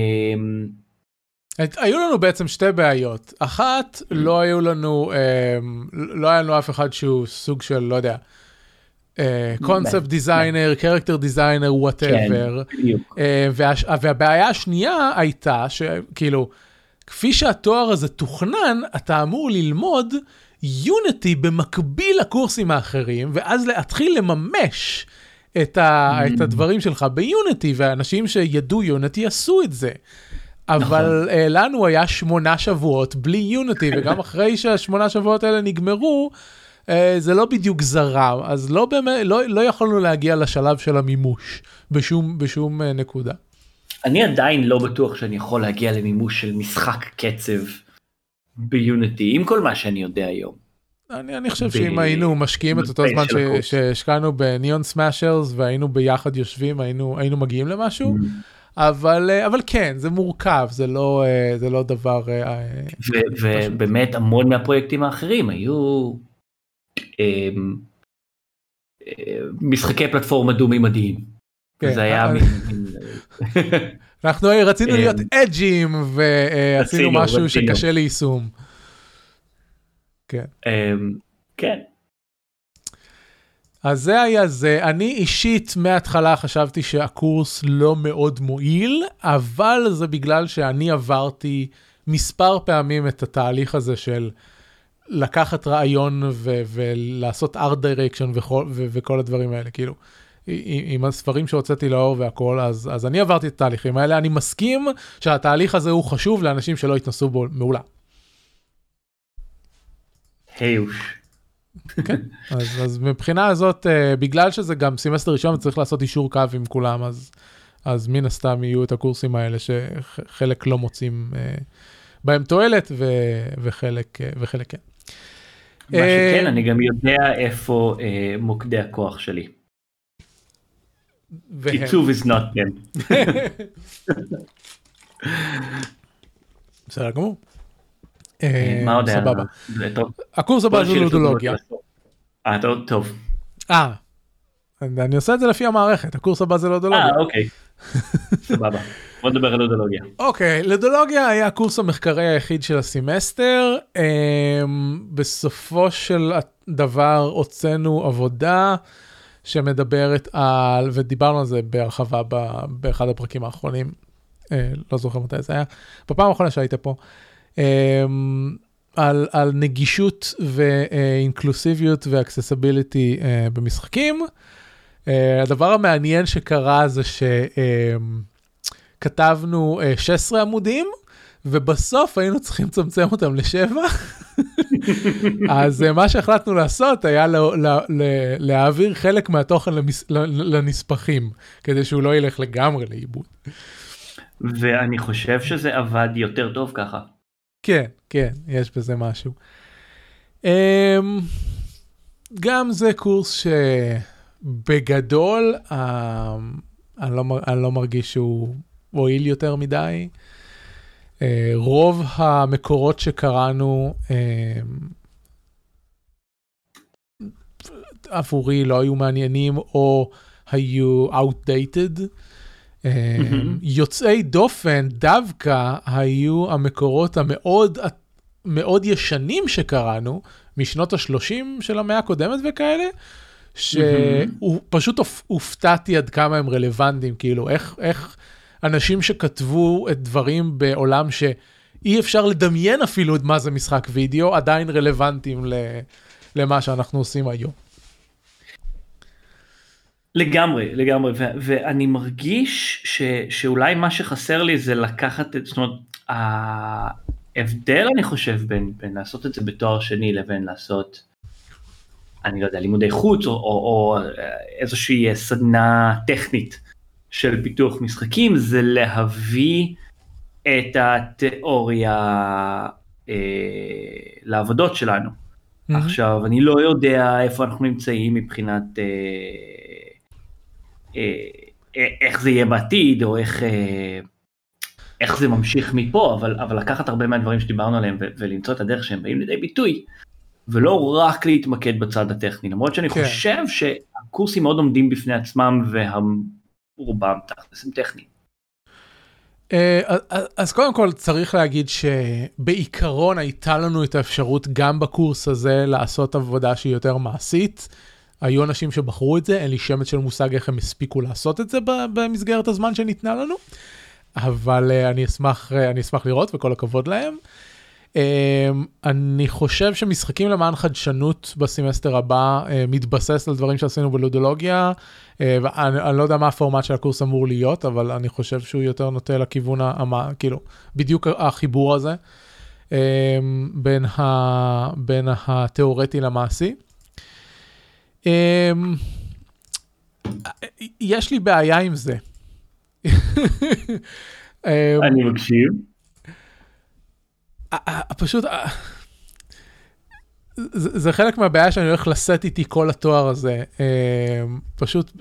היו לנו בעצם שתי בעיות, אחת לא היו לנו, לא היה לנו אף אחד שהוא סוג של, לא יודע, קונספט דיזיינר, קרקטר דיזיינר, וואטאבר, והבעיה השנייה הייתה שכאילו, כפי שהתואר הזה תוכנן, אתה אמור ללמוד יוניטי במקביל לקורסים האחרים, ואז להתחיל לממש את, ה, את הדברים שלך ביוניטי, ואנשים שידעו יוניטי עשו את זה. אבל נכון. לנו היה שמונה שבועות בלי יוניטי, וגם אחרי שהשמונה שבועות האלה נגמרו, זה לא בדיוק זרם, אז לא, באמת, לא, לא יכולנו להגיע לשלב של המימוש בשום, בשום נקודה. אני עדיין לא בטוח שאני יכול להגיע למימוש של משחק קצב ביוניטי, עם כל מה שאני יודע היום. אני, אני חושב ב... שאם היינו משקיעים את אותו זמן ש... שהשקענו בניון סמאשרס, והיינו ביחד יושבים, היינו, היינו מגיעים למשהו, mm. אבל, אבל כן, זה מורכב, זה לא, זה לא דבר... ו, ובאמת המון מהפרויקטים האחרים היו הם, משחקי פלטפורמה דו-מימדיים. כן, זה היה... אנחנו רצינו להיות אג'ים, ועשינו משהו שקשה ליישום. כן. כן. אז זה היה זה. אני אישית מההתחלה חשבתי שהקורס לא מאוד מועיל, אבל זה בגלל שאני עברתי מספר פעמים את התהליך הזה של לקחת רעיון ו- ולעשות art direction וכל, ו- וכל הדברים האלה, כאילו. עם הספרים שהוצאתי לאור והכל, אז, אז אני עברתי את התהליכים האלה. אני מסכים שהתהליך הזה הוא חשוב לאנשים שלא התנסו בו מעולה. היוש. כן, אז, אז מבחינה הזאת, uh, בגלל שזה גם סמסטר ראשון, צריך לעשות אישור קו עם כולם, אז, אז מן הסתם יהיו את הקורסים האלה שחלק לא מוצאים uh, בהם תועלת, ו, וחלק, uh, וחלק כן. מה שכן, uh, אני גם יודע איפה uh, מוקדי הכוח שלי. עיצוב is not them. בסדר גמור. מה עוד היה? סבבה. הקורס הבא זה לודולוגיה. אה, טוב. אה, אני עושה את זה לפי המערכת, הקורס הבא זה לודולוגיה. אה, אוקיי. סבבה. בוא נדבר על לודולוגיה. אוקיי, לודולוגיה היה הקורס המחקרי היחיד של הסמסטר. בסופו של דבר הוצאנו עבודה שמדברת על, ודיברנו על זה בהרחבה באחד הפרקים האחרונים, לא זוכר מתי זה היה, בפעם האחרונה שהיית פה, על, על נגישות ואינקלוסיביות ואקססיביליטי במשחקים. הדבר המעניין שקרה זה שכתבנו שש עשרה עמודים, ובסוף היינו צריכים לצמצם אותם לשבע. אז מה שהחלטנו לעשות היה לה, לה, לה, להעביר חלק מהתוכן למס, לנספחים, כדי שהוא לא ילך לגמרי לאיבוד. ואני חושב שזה עבד יותר טוב ככה. כן, כן, יש בזה משהו. גם זה קורס שבגדול, אני לא, אני לא מרגיש שהוא מועיל יותר מדי. רוב המקורות שקראנו עבורי לא היו מעניינים או היו outdated. יוצאי דופן דווקא היו המקורות המאוד מאוד ישנים שקראנו, משנות ה-שלושים של המאה הקודמת וכאלה, שפשוט הופתעתי עד כמה הם רלוונטיים, כאילו איך, איך אנשים שכתבו את דברים בעולם שאי אפשר לדמיין אפילו את מה זה משחק וידאו, עדיין רלוונטיים למה שאנחנו עושים היום. לגמרי, לגמרי, ו- ואני מרגיש ש- שאולי מה שחסר לי זה לקחת את, זאת אומרת, ההבדל אני חושב בין, בין לעשות את זה בתואר שני לבין לעשות, אני לא יודע, לימודי חוץ או, או, או איזושהי סדנה טכנית של פיתוח משחקים, זה להביא את התיאוריה אה, לעבודות שלנו. Mm-hmm. עכשיו, אני לא יודע איפה אנחנו נמצאים מבחינת אה, אה, איך זה יהיה בעתיד, או איך, אה, איך זה ממשיך מפה, אבל, אבל לקחת הרבה מהדברים שדיברנו עליהם, ו- ולמצוא את הדרך שהם באים לידי ביטוי, ולא רק להתמקד בצד הטכני, למרות שאני כן. חושב שהקורסים מאוד עומדים בפני עצמם, ורובם תכלס הם טכניים. אז קודם כל צריך להגיד שבעיקרון הייתה לנו את האפשרות גם בקורס הזה לעשות עבודה שהיא יותר מעשית. היו אנשים שבחרו את זה, אין לי שמץ של מושג איך הם הספיקו לעשות את זה במסגרת הזמן שניתנה לנו, אבל אני אשמח, אני אשמח לראות וכל הכבוד להם. אני חושב שמשחקים למען חדשנות בסמסטר הבא מתבסס על דברים שעשינו בלודולוגיה, ואני לא יודע מה הפורמט של הקורס אמור להיות, אבל אני חושב שהוא יותר נוטה לכיוון, כאילו, בדיוק החיבור הזה, בין, ה, בין התיאורטי למעשי. יש לי בעיה עם זה. אני מקשיב. פשוט, זה חלק מהבעיה שאני הולך לשאת איתי כל התואר הזה. פשוט,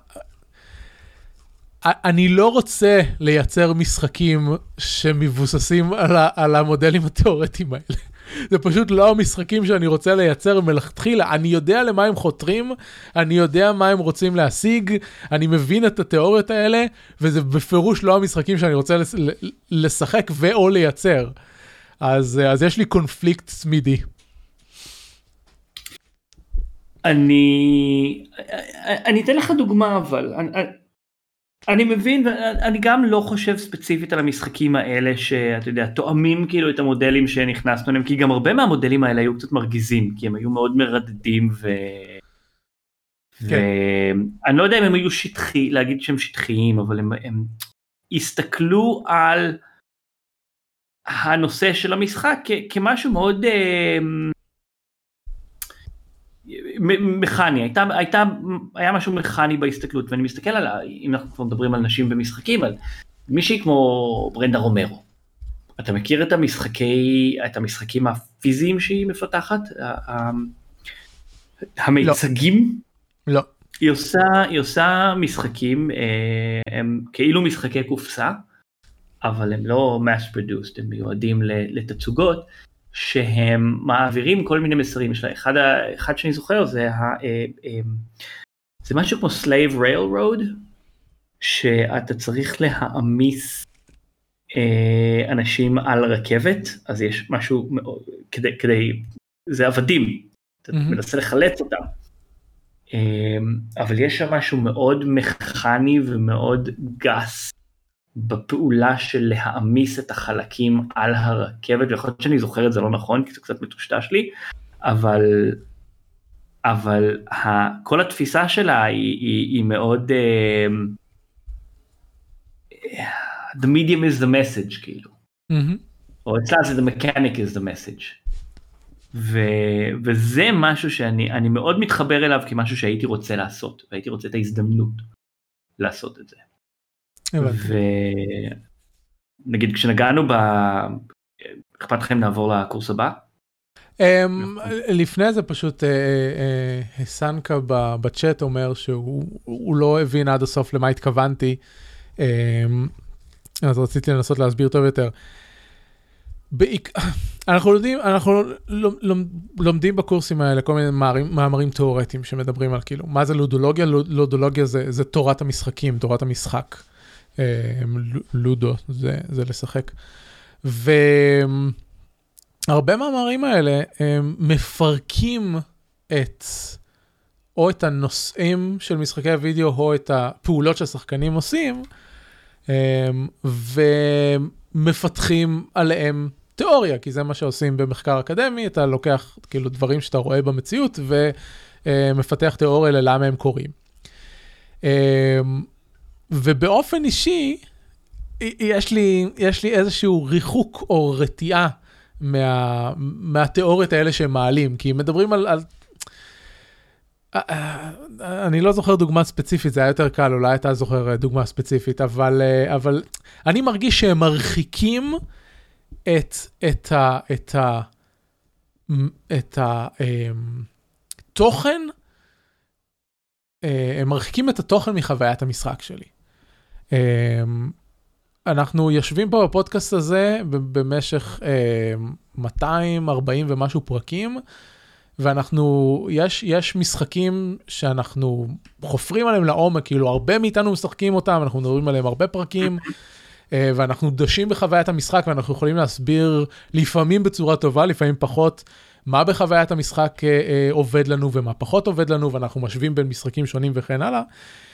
אני לא רוצה לייצר משחקים שמבוססים על המודלים התיאורטיים האלה. זה פשוט לא המשחקים שאני רוצה לייצר מלכתחילה. אני יודע למה הם חותרים, אני יודע מה הם רוצים להשיג, אני מבין את התיאוריות האלה, וזה בפירוש לא המשחקים שאני רוצה לשחק ואו לייצר. אז, אז יש לי קונפליקט צמידי. אני, אני אתן לך דוגמה, אבל אני, אני מבין, ואני גם לא חושב ספציפית על המשחקים האלה, שאתה יודע, תואמים כאילו את המודלים שנכנסנו אליהם, כי גם הרבה מהמודלים האלה היו קצת מרגיזים, כי הם היו מאוד מרדדים, ו... כן. ואני לא יודע אם הם היו שטחי, להגיד שהם שטחיים, אבל הם, הם הסתכלו על הנושא של המשחק כ- כמשהו מאוד מכני, הייתה, הייתה, היה משהו מכני בהסתכלות, ואני מסתכל על, אם אנחנו כבר מדברים על נשים במשחקים, על מישהי כמו ברנדה רומרו. אתה מכיר את המשחקי, את המשחקים הפיזיים שהיא מפתחת? המיצגים? לא. היא עושה, היא עושה משחקים, הם כאילו משחקי קופסה, אבל הם לא mass produced, הם מיועדים לתצוגות, שהם מעבירים כל מיני מסרים שלה. אחד, אחד שאני זוכר זה, ה, זה משהו כמו slave railroad, שאתה צריך להעמיס אנשים על רכבת, אז יש משהו, כדי, כדי, זה עבדים, אתה mm-hmm. מנסה לחלץ אותם, אבל יש שם משהו מאוד מכני ומאוד גס, בפעולה של להעמיס את החלקים על הרכבת, ויכול להיות שאני זוכר את זה לא נכון, כי זה קצת מטושטש לי, אבל, אבל ה, כל התפיסה שלה היא, היא, היא מאוד, uh, the medium is the message, כאילו. Mm-hmm. או אצלה זה the mechanic is the message. ו, וזה משהו שאני אני מאוד מתחבר אליו, כמשהו שהייתי רוצה לעשות, והייתי רוצה את ההזדמנות לעשות את זה. ונגיד כשנגענו ב... אכפת לכם נעבור לקורס הבא? לפני זה פשוט סנקה בצ'אט אומר שהוא לא הבין עד הסוף למה התכוונתי, אז רציתי לנסות להסביר טוב יותר. אנחנו לומדים, אנחנו לומדים בקורסים האלה כל מיני מאמרים תיאורטיים שמדברים על כאילו, מה זה לודולוגיה? לודולוגיה זה תורת המשחקים, תורת המשחק. לודו, זה, זה לשחק. והרבה מהמאמרים האלה מפרקים את, או את הנושאים של משחקי הוידאו, או את הפעולות שהשחקנים עושים, ומפתחים עליהם תיאוריה, כי זה מה שעושים במחקר אקדמי, אתה לוקח כאילו דברים שאתה רואה במציאות, ומפתח תיאוריה ללמה הם קורים. ובאופן אישי, יש לי, יש לי איזשהו ריחוק או רתיעה מה, מהתיאוריות האלה שהם מעלים, כי מדברים על, על, אני לא זוכר דוגמה ספציפית, זה היה יותר קל, אולי אתה זוכר דוגמה ספציפית, אבל, אבל אני מרגיש שהם מרחיקים את, את ה, את ה, את התוכן, הם מרחיקים את התוכן מחוויית המשחק שלי. אנחנו יושבים פה בפודקאסט הזה במשך מאתיים וארבעים ומשהו פרקים, ואנחנו, יש, יש משחקים שאנחנו חופרים עליהם לעומק, כאילו הרבה מאיתנו משחקים אותם, אנחנו מדברים עליהם הרבה פרקים, ואנחנו דשים בחוויית המשחק, ואנחנו יכולים להסביר לפעמים בצורה טובה, לפעמים פחות, מה בחוויית המשחק עובד לנו, ומה פחות עובד לנו, ואנחנו משווים בין משחקים שונים וכן הלאה.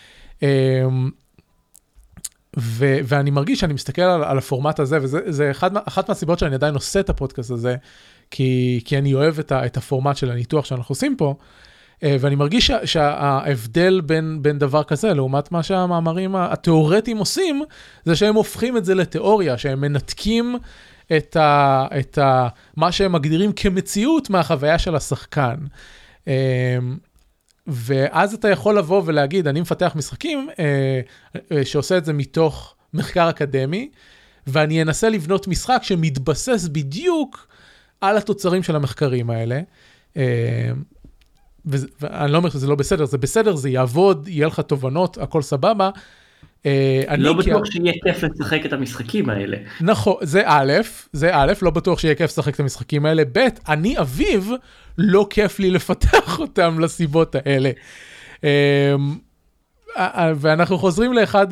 ו- ואני מרגיש שאני מסתכל על, על הפורמט הזה, וזה אחד, אחת מהסיבות שאני עדיין עושה את הפודקאסט הזה, כי, כי אני אוהב את, ה- את הפורמט של הניתוח שאנחנו עושים פה, ואני מרגיש שה- שההבדל בין, בין דבר כזה, לעומת מה שהמאמרים התיאורטיים עושים, זה שהם הופכים את זה לתיאוריה, שהם מנתקים את, ה- את ה- מה שהם מגדירים כמציאות מהחוויה של השחקן. ואז אתה יכול לבוא ולהגיד, אני מפתח משחקים אה, אה, שעושה את זה מתוך מחקר אקדמי, ואני אנסה לבנות משחק שמתבסס בדיוק על התוצרים של המחקרים האלה. אה, ואני לא אומר שזה לא בסדר, זה בסדר, זה יעבוד, יהיה לך תובנות, הכל סבבה. לא בטוח שיהיה כיף לשחק את המשחקים האלה. נכון, זה א', זה א', לא בטוח שיהיה כיף לשחק את המשחקים האלה, ב', אני אביב, לא כיף לי לפתח אותם לסיבות האלה. ואנחנו חוזרים לאחד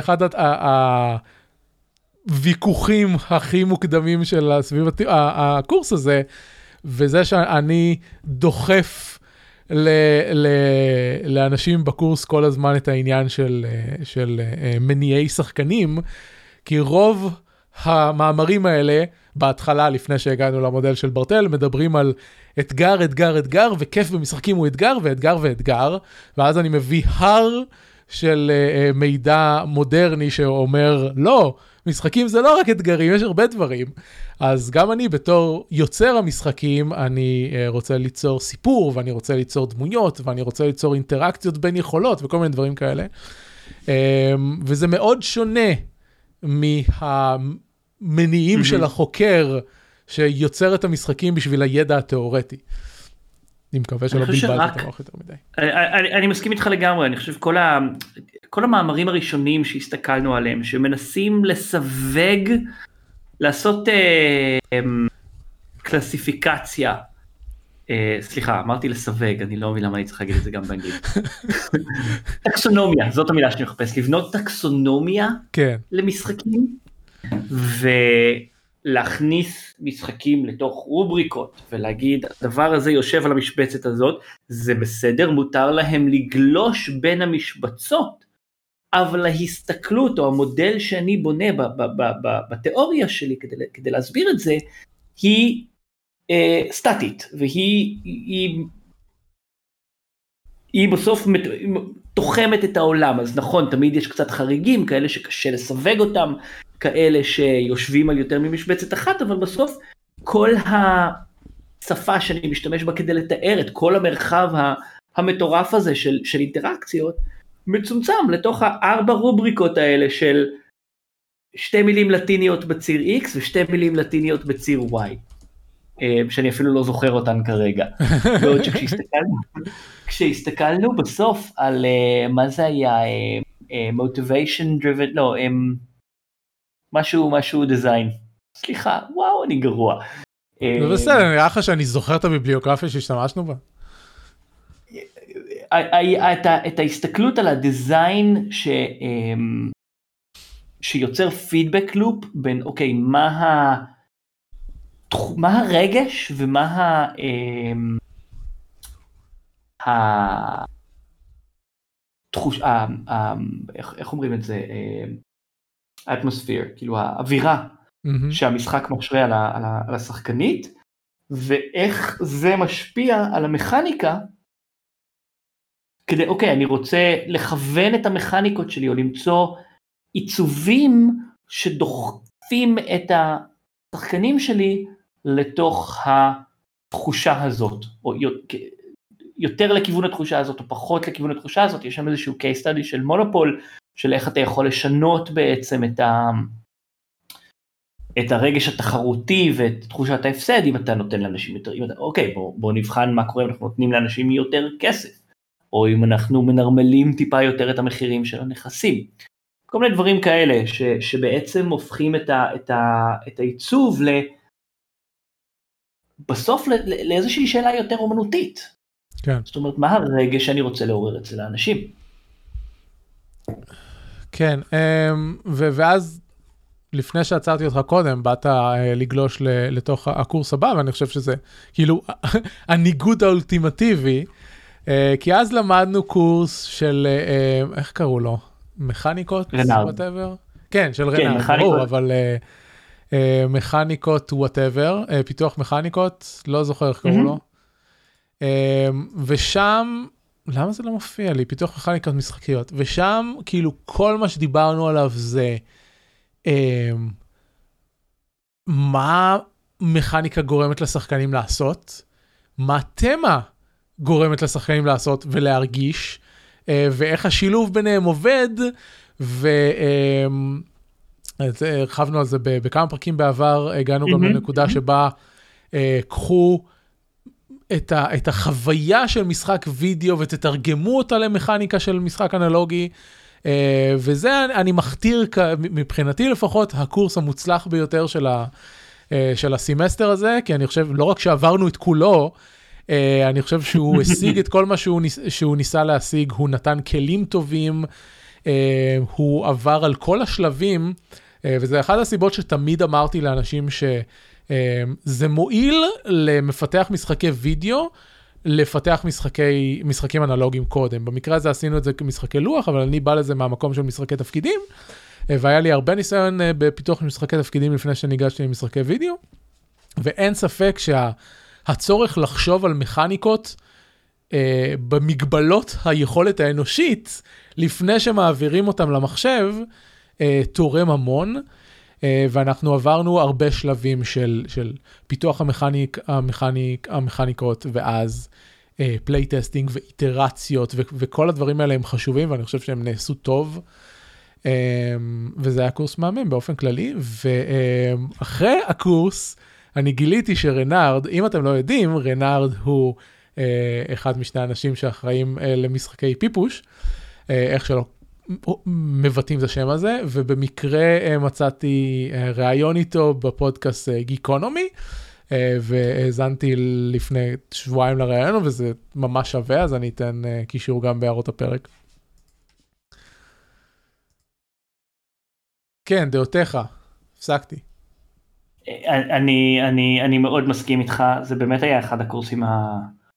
הוויכוחים הכי מוקדמים של סביב הקורס הזה, וזה שאני דוחף ל, ל, לאנשים בקורס כל הזמן את העניין של, של מניעי שחקנים, כי רוב המאמרים האלה, בהתחלה, לפני שהגענו למודל של ברטל, מדברים על אתגר, אתגר, אתגר, וכיף במשחקים הוא אתגר, ואתגר ואתגר, ואז אני מביא הר של מידע מודרני שאומר, לא, משחקים זה לא רק אתגרים, יש הרבה דברים. אז גם אני בתור יוצר המשחקים, אני רוצה ליצור סיפור, ואני רוצה ליצור דמויות, ואני רוצה ליצור אינטראקציות בין יכולות, וכל מיני דברים כאלה. וזה מאוד שונה מהמניעים של החוקר, שיוצר את המשחקים בשביל הידע התיאורטי. אני מקווה שלא בלבלתי את המוח יותר מדי. אני מסכים איתך לגמרי, אני חושב כל ה... כל המאמרים הראשונים שהסתכלנו עליהם, שמנסים לסווג, לעשות אה, אה, קלסיפיקציה, אה, סליחה, אמרתי לסווג, אני לא מבין למה אני צריך להגיד את זה גם באנגלית. טקסונומיה, זאת המילה שאני מחפש, לבנות טקסונומיה כן. למשחקים, ולהכניס משחקים לתוך רובריקות, ולהגיד, הדבר הזה יושב על המשבצת הזאת, זה בסדר, מותר להם לגלוש בין המשבצות, אבל ההסתכלות או המודל שאני בונה ב- ב- ב- ב- בתיאוריה שלי כדי, כדי להסביר את זה, היא אה, סטטית, והיא היא, היא בסוף מת, תוחמת את העולם. אז נכון, תמיד יש קצת חריגים, כאלה שקשה לסווג אותם, כאלה שיושבים על יותר ממשבצת אחת, אבל בסוף כל השפה שאני משתמש בה כדי לתאר את כל המרחב המטורף הזה של, של אינטראקציות, מצומצם לתוך הארבע רובריקות האלה של שתי מילים לטיניות בציר X ושתי מילים לטיניות בציר Y, שאני אפילו לא זוכר אותן כרגע. ועוד שכשהסתכלנו, כשהסתכלנו בסוף על מה זה היה, motivation driven, לא, משהו, משהו design. סליחה, וואו, אני גרוע. זה בסדר, נראה לך שאני זוכר את הביבליוגרפיה שהשתמשנו בה. את ההסתכלות על הדיזיין ש, שיוצר פידבק לופ בין, אוקיי, מה, ה, מה הרגש ומה ה, ה, תחוש, ה, ה, איך, איך אומרים את זה, האטמוספיר, כאילו האווירה mm-hmm. שהמשחק משרה על, ה, על, ה, על השחקנית, ואיך זה משפיע על המכניקה, כדי, אוקיי, אני רוצה לכוון את המכניקות שלי, או למצוא עיצובים שדוחפים את השחקנים שלי לתוך התחושה הזאת, או יותר לכיוון התחושה הזאת, או פחות לכיוון התחושה הזאת. יש שם איזשהו case study של מונופול, של איך אתה יכול לשנות בעצם את, ה... את הרגש התחרותי ואת תחושת ההפסד, אם אתה נותן לאנשים יותר, אם אתה, אוקיי, בוא, בוא נבחן מה קורה, אנחנו נותנים לאנשים יותר כסף, או אם אנחנו מנרמלים טיפה יותר את המחירים של הנכסים. כל מיני דברים כאלה, ש, שבעצם הופכים את, ה, את, ה, את העיצוב ל... בסוף לאיזושהי שאלה יותר אומנותית. כן. זאת אומרת, מה הרגש שאני רוצה לעורר אצל האנשים? כן, ואז לפני שעצרתי אותך קודם, באת לגלוש לתוך הקורס הבא, ואני חושב שזה כאילו הניגוד האולטימטיבי, כי אז למדנו קורס של, איך קראו לו? מכניקות? רנארד. כן, של רנארד, ברור, אבל מכניקות whatever, פיתוח מכניקות, לא זוכר איך קראו לו. ושם, למה זה לא מופיע לי? פיתוח מכניקות משחקיות. ושם, כאילו, כל מה שדיברנו עליו זה, מה מכניקה גורמת לשחקנים לעשות, מה תמה גורמת לשחקנים לעשות ולהרגיש, ואיך השילוב ביניהם עובד, והרחבנו על זה בכמה פרקים בעבר, הגענו גם לנקודה שבה קחו את, ה, את החוויה של משחק וידאו ותתרגמו אותה למכניקה של משחק אנלוגי, וזה אני מכתיר מבחינתי לפחות הקורס המוצלח ביותר של, ה, של הסמסטר הזה, כי אני חושב לא רק שעברנו את כולו, אני חושב שהוא השיג את כל מה שהוא, ניס, שהוא ניסה להשיג, הוא נתן כלים טובים, הוא עבר על כל השלבים, וזה אחת הסיבות שתמיד אמרתי לאנשים שזה מועיל למפתח משחקי וידאו, לפתח משחקי, משחקים אנלוגיים קודם. במקרה הזה עשינו את זה כמשחקי לוח, אבל אני בא לזה מהמקום של משחקי תפקידים, והיה לי הרבה ניסיון בפיתוח משחקי תפקידים לפני שניגשתי למשחקי וידאו, ואין ספק שהצורך לחשוב על מכניקות במגבלות היכולת האנושית, לפני שמעבירים אותם למחשב, תורם המון, ואנחנו עברנו הרבה שלבים של, של פיתוח המכניק, המכניק, המכניקות, ואז פלייטסטינג ואיטרציות, ו- וכל הדברים האלה הם חשובים, ואני חושב שהם נעשו טוב, וזה היה קורס מאמן באופן כללי, ואחרי הקורס, אני גיליתי שרנארד, אם אתם לא יודעים, רנארד הוא אחד משני האנשים שאחראים למשחקי פיפוש, איך שלא מבטאים את השם הזה, ובמקרה מצאתי ראיון איתו בפודקאסט גיקונומי, והאזנתי לפני שבועיים לראיון, וזה ממש שווה, אז אני אתן קישור גם בהערות הפרק. כן, דעותיך, הפסקתי. אני, אני, אני מאוד מסכים איתך, זה באמת היה אחד הקורסים ה...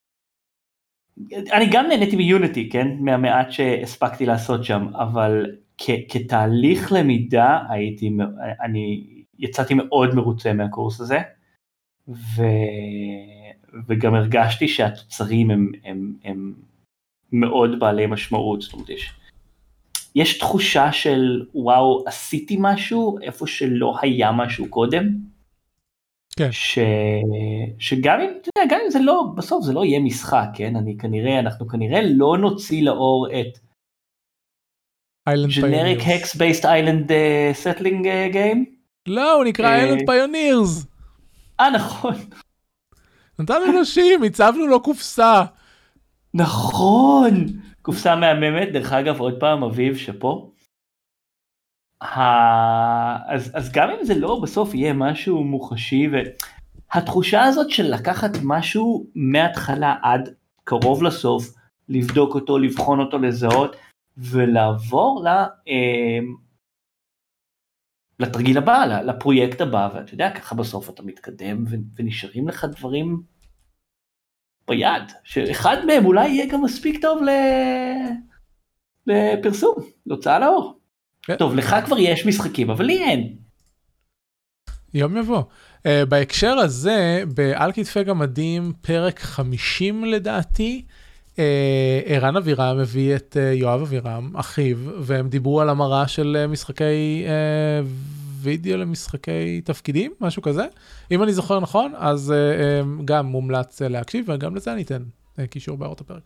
אני גם נהניתי ביוניטי, כן? מהמעט שהספקתי לעשות שם, אבל כ- כתהליך למידה הייתי, אני יצאתי מאוד מרוצה מהקורס הזה, ו... וגם הרגשתי שהתוצרים הם, הם, הם מאוד בעלי משמעות, זאת אומרת, יש, יש תחושה של וואו, עשיתי משהו איפה שלא היה משהו קודם, כן. ש... שגם אם, אתה יודע, גם אם זה לא, בסוף זה לא יהיה משחק, כן? אני כנראה, אנחנו כנראה לא נוציא לאור את generic hex-based island uh, settling uh, game. לא, הוא נקרא Island Pioneers. אה, נכון. נתנו אנשים, הצבנו לו קופסה. נכון. קופסה מהממת, דרך אגב, עוד פעם, אביב, שפה. אז, אז גם אם זה לא בסוף יהיה משהו מוחשי, והתחושה הזאת של לקחת משהו מההתחלה עד קרוב לסוף, לבדוק אותו, לבחון אותו, לזהות, ולעבור ל, לתרגיל הבא, לפרויקט הבא, ואתה יודע, ככה בסוף אתה מתקדם, ונשארים לך דברים ביד, שאחד מהם אולי יהיה גם מספיק טוב לפרסום, להוצאה לאור. טוב, לך כבר יש משחקים, אבל לי אין. יום יבוא. Uh, בהקשר הזה, בעל כתפי גמדים, פרק חמישים לדעתי, uh, ערן אבירם מביא את uh, יואב אבירם, אחיו, והם דיברו על המראה של uh, משחקי uh, וידאו למשחקי תפקידים, משהו כזה. אם אני זוכר נכון, אז uh, um, גם מומלץ uh, להקשיב, וגם לזה אני אתן uh, קישור בהערות הפרק.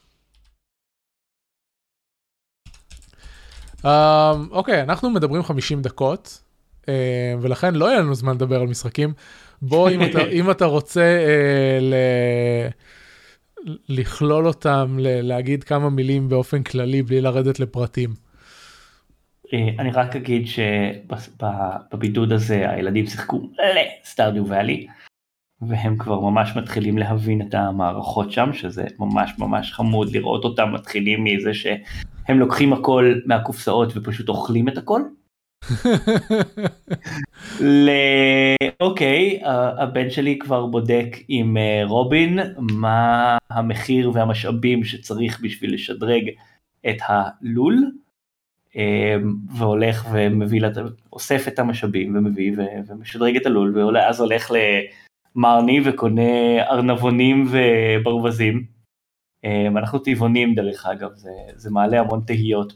אוקיי, אנחנו מדברים חמישים דקות, ולכן לא יהיה לנו זמן לדבר על משחקים. בוא, אם אתה רוצה לכלול אותם, להגיד כמה מילים באופן כללי, בלי לרדת לפרטים. אני רק אגיד שבבידוד הזה הילדים שיחקו לסטארדיו ואלי, והם כבר ממש מתחילים להבין את המערכות שם, שזה ממש ממש חמוד לראות אותם מתחילים מזה שהם לוקחים הכל מהקופסאות ופשוט אוכלים את הכל, אוקיי, הבן שלי כבר בודק עם רובין מה המחיר והמשאבים שצריך בשביל לשדרג את הלול, והולך ומביא, אוסף את המשאבים ומביא ומשדרג את הלול, ואז הולך למרני וקונה ארנבונים וברווזים. אנחנו טבעונים דרך אגב, זה מעלה המון תהיות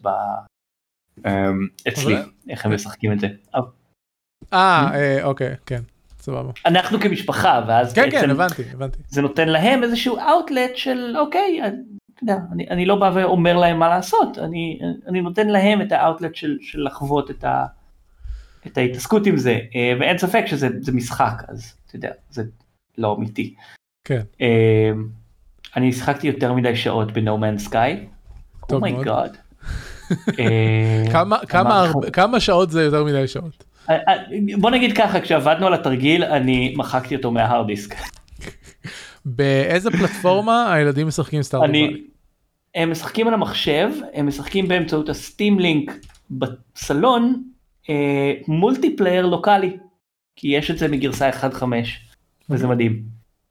אצלי, איך הם משחקים את זה. אה, אוקיי, כן, סבבה. אנחנו כמשפחה, ואז כן, כן, הבנתי, הבנתי. זה נותן להם איזשהו אאוטלט של, אוקיי, אני לא בא ואומר להם מה לעשות, אני נותן להם את האאוטלט של לחוות את ההתעסקות עם זה, ואין ספק שזה משחק, אז אתה יודע, זה לא אמיתי. כן. אני שחקתי יותר מדי שעות ב-No Man's Sky. טוב מאוד. Oh my god. כמה שעות זה יותר מדי שעות? בוא נגיד ככה, כשעבדנו על התרגיל, אני מחקתי אותו מההארד דיסק. באיזה פלטפורמה הילדים משחקים סטארדו ואלי? הם משחקים על המחשב, הם משחקים באמצעות הסטים לינק בסלון, מולטיפלייר לוקלי, כי יש את זה מגרסה אחת נקודה חמש, וזה מדהים.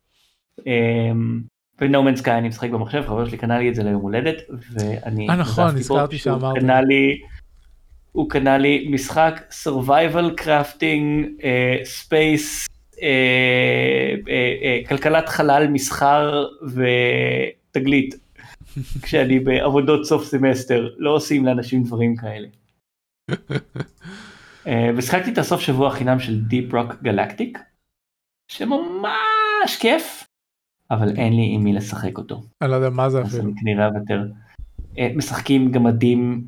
ו-No Man's Sky אני משחק במחשב, חבר שלי קנה לי את זה ליום הולדת, ואני... אה נכון, נזכרתי שאמרת. הוא קנה לי משחק survival crafting, space, כלכלת חלל, מסחר ותגלית, כשאני בעבודות סוף סמסטר, לא עושים לאנשים דברים כאלה. ושחקתי את הסוף שבוע חינם של Deep Rock Galactic, שממש כיף, אבל אין לי עם מי לשחק אותו. אני לא יודע מה זה אפילו. אז אני כנראה יותר. משחקים גמדים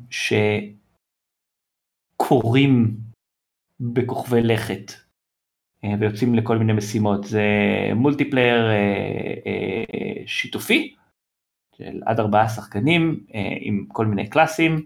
שקוראים בכוכבי לכת, ויוצאים לכל מיני משימות. זה מולטיפלייר שיתופי, של עד ארבעה שחקנים, עם כל מיני קלאסים,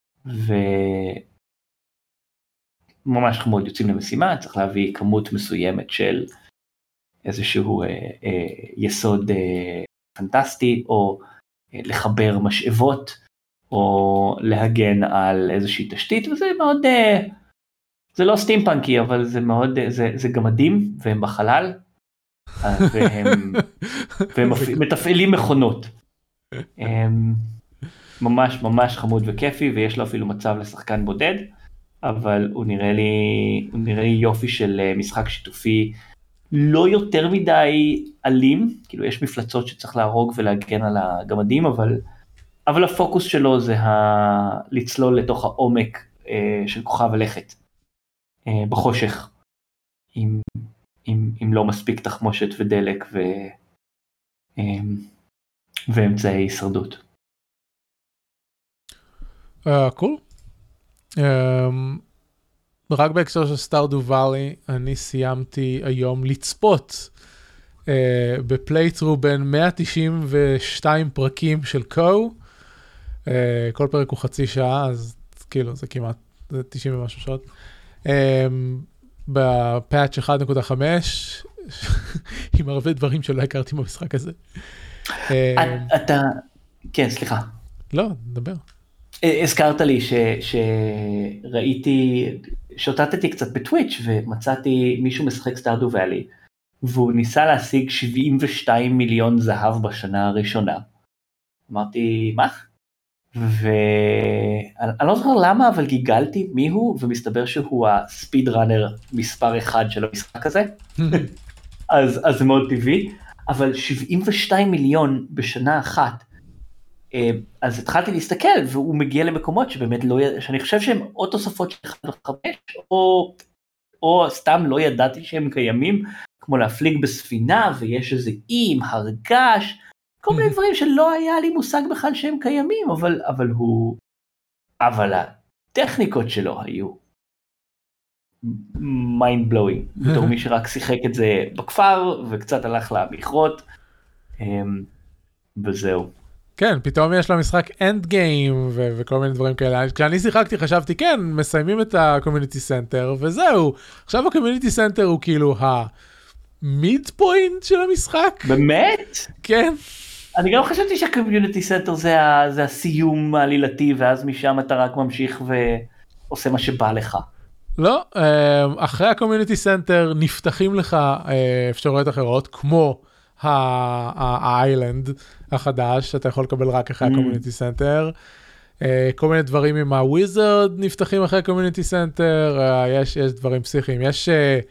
וממש חמוד, יוצאים למשימה, צריך להביא כמות מסוימת של איזשהו אה, אה, יסוד אה, פנטסטי, או אה, לחבר משאבות, או להגן על איזושהי תשתית, וזה מאוד, אה, זה לא סטימפנקי, אבל זה מאוד, אה, זה, זה גמדים, והם בחלל, והם, והם מתפעלים מכונות. הם, ממש ממש חמוד וכיפי, ויש לו אפילו מצב לשחקן בודד, אבל הוא נראה לי, הוא נראה לי יופי של משחק שיתופי, לא יותר מדי אלים, כאילו יש מפלצות שצריך להרוג ולהגן על הגמדים, אבל, אבל הפוקוס שלו זה ה... לצלול לתוך העומק אה, של כוכב הלכת, אה, בחושך, עם, עם, עם לא מספיק תחמושת ודלק ו, אה, ואמצעי הישרדות. קול. רק בהקשר של סטארדו ואלי, אני סיימתי היום לצפות uh, בפלייטרו בין מאה תשעים ושתיים פרקים של קו, uh, כל פרק הוא חצי שעה, אז כאילו זה כמעט זה תשעים ומשהו שעות, um, בפאץ' אחת נקודה חמש, עם הרבה דברים שלא הכרתי במשחק הזה. אתה, כן, סליחה. לא, נדבר. הזכרת לי ש, שראיתי, שוטטתי קצת בטוויץ' ומצאתי מישהו משחק סטארדו ואלי, והוא ניסה להשיג שבעים ושתיים מיליון זהב בשנה הראשונה. אמרתי, מה? ואני לא זוכר למה, אבל גיגלתי מיהו, ומסתבר שהוא הספיד ראנר מספר אחד של המשחק הזה, אז, אז זה מאוד טבעי, אבל שבעים ושתיים מיליון בשנה אחת, אז התחלתי להסתכל, והוא מגיע למקומות שבאמת לא, שאני חושב שהם או תוספות של אחת וחמש, או, או סתם לא ידעתי שהם קיימים, כמו להפליג בספינה, ויש איזה אי עם הרגש, כל מיני דברים שלא היה לי מושג בכלל שהם קיימים, אבל, אבל הוא, אבל הטכניקות שלו היו mind blowing, בתור מי שרק שיחק את זה בכפר, וקצת הלך למכרות, וזהו. כן, פתאום יש למשחק אנד גיים ו- וכל מיני דברים כאלה. כשאני שיחקתי חשבתי, כן, מסיימים את הקומיוניטי סנטר, וזהו. עכשיו הקומיוניטי סנטר הוא כאילו המיד פוינט של המשחק. באמת? כן. אני גם חשבתי שהקומיוניטי סנטר זה, ה- זה הסיום העלילתי, ואז משם אתה רק ממשיך ועושה מה שבא לך. לא, אחרי הקומיוניטי סנטר נפתחים לך אפשרויות אחרות, כמו האיילנד החדש, שאתה יכול לקבל רק אחרי הקומיוניטי סנטר. כל מיני דברים עם הוויזרד נפתחים אחרי הקומיוניטי סנטר, יש, יש דברים פסיכיים. יש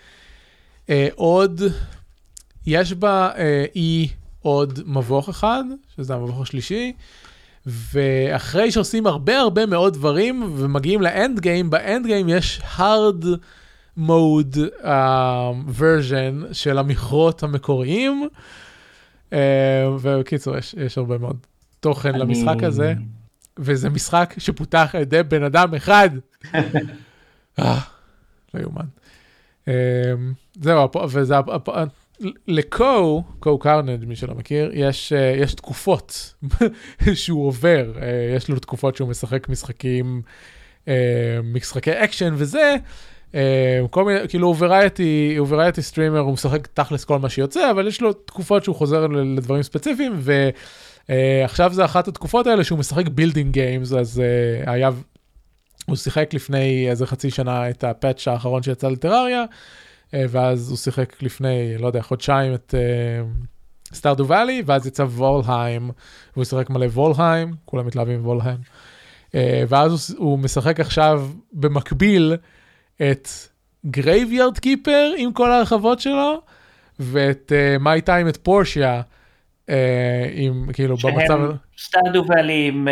עוד, יש בה אי עוד מבוך אחד, שזה המבוך השלישי, ואחרי שעושים הרבה הרבה מאוד דברים ומגיעים לאנד גיים, באנד גיים יש hard mode uh, version של המכרות המקוריים, uh, ובקיצור יש, יש הרבה מאוד תוכן אני... למשחק הזה, וזה משחק שפותח על ידי בן אדם אחד. אה, לא יומן. Uh, זהו, וזה... לקו, קו קרנג' מי שלא מכיר, יש, יש תקופות שהוא עובר, יש לו תקופות שהוא משחק משחקים, משחקי אקשן וזה, כל מיני, כאילו הוא וראייטי, הוא וראייטי סטרימר, הוא משחק תכלס כל מה שיוצא, אבל יש לו תקופות שהוא חוזר לדברים ספציפיים, ועכשיו זה אחת התקופות האלה שהוא משחק בילדינג גיימס, אז היה, הוא שיחק לפני איזה חצי שנה את הפאץ' האחרון שיצא לטרריה, ואז הוא שיחק לפני, לא יודע, חודשיים את סטארדו ואלי, ואז יצא וולהיים, והוא שיחק מלא וולהיים, כולם מתלהבים וולהיים, ואז הוא משחק עכשיו במקביל את גרייביארד קיפר עם כל הרחבות שלו, ואת מיי טיים את פורשיה, עם כאילו במצב... שהם סטארדו ואלי עם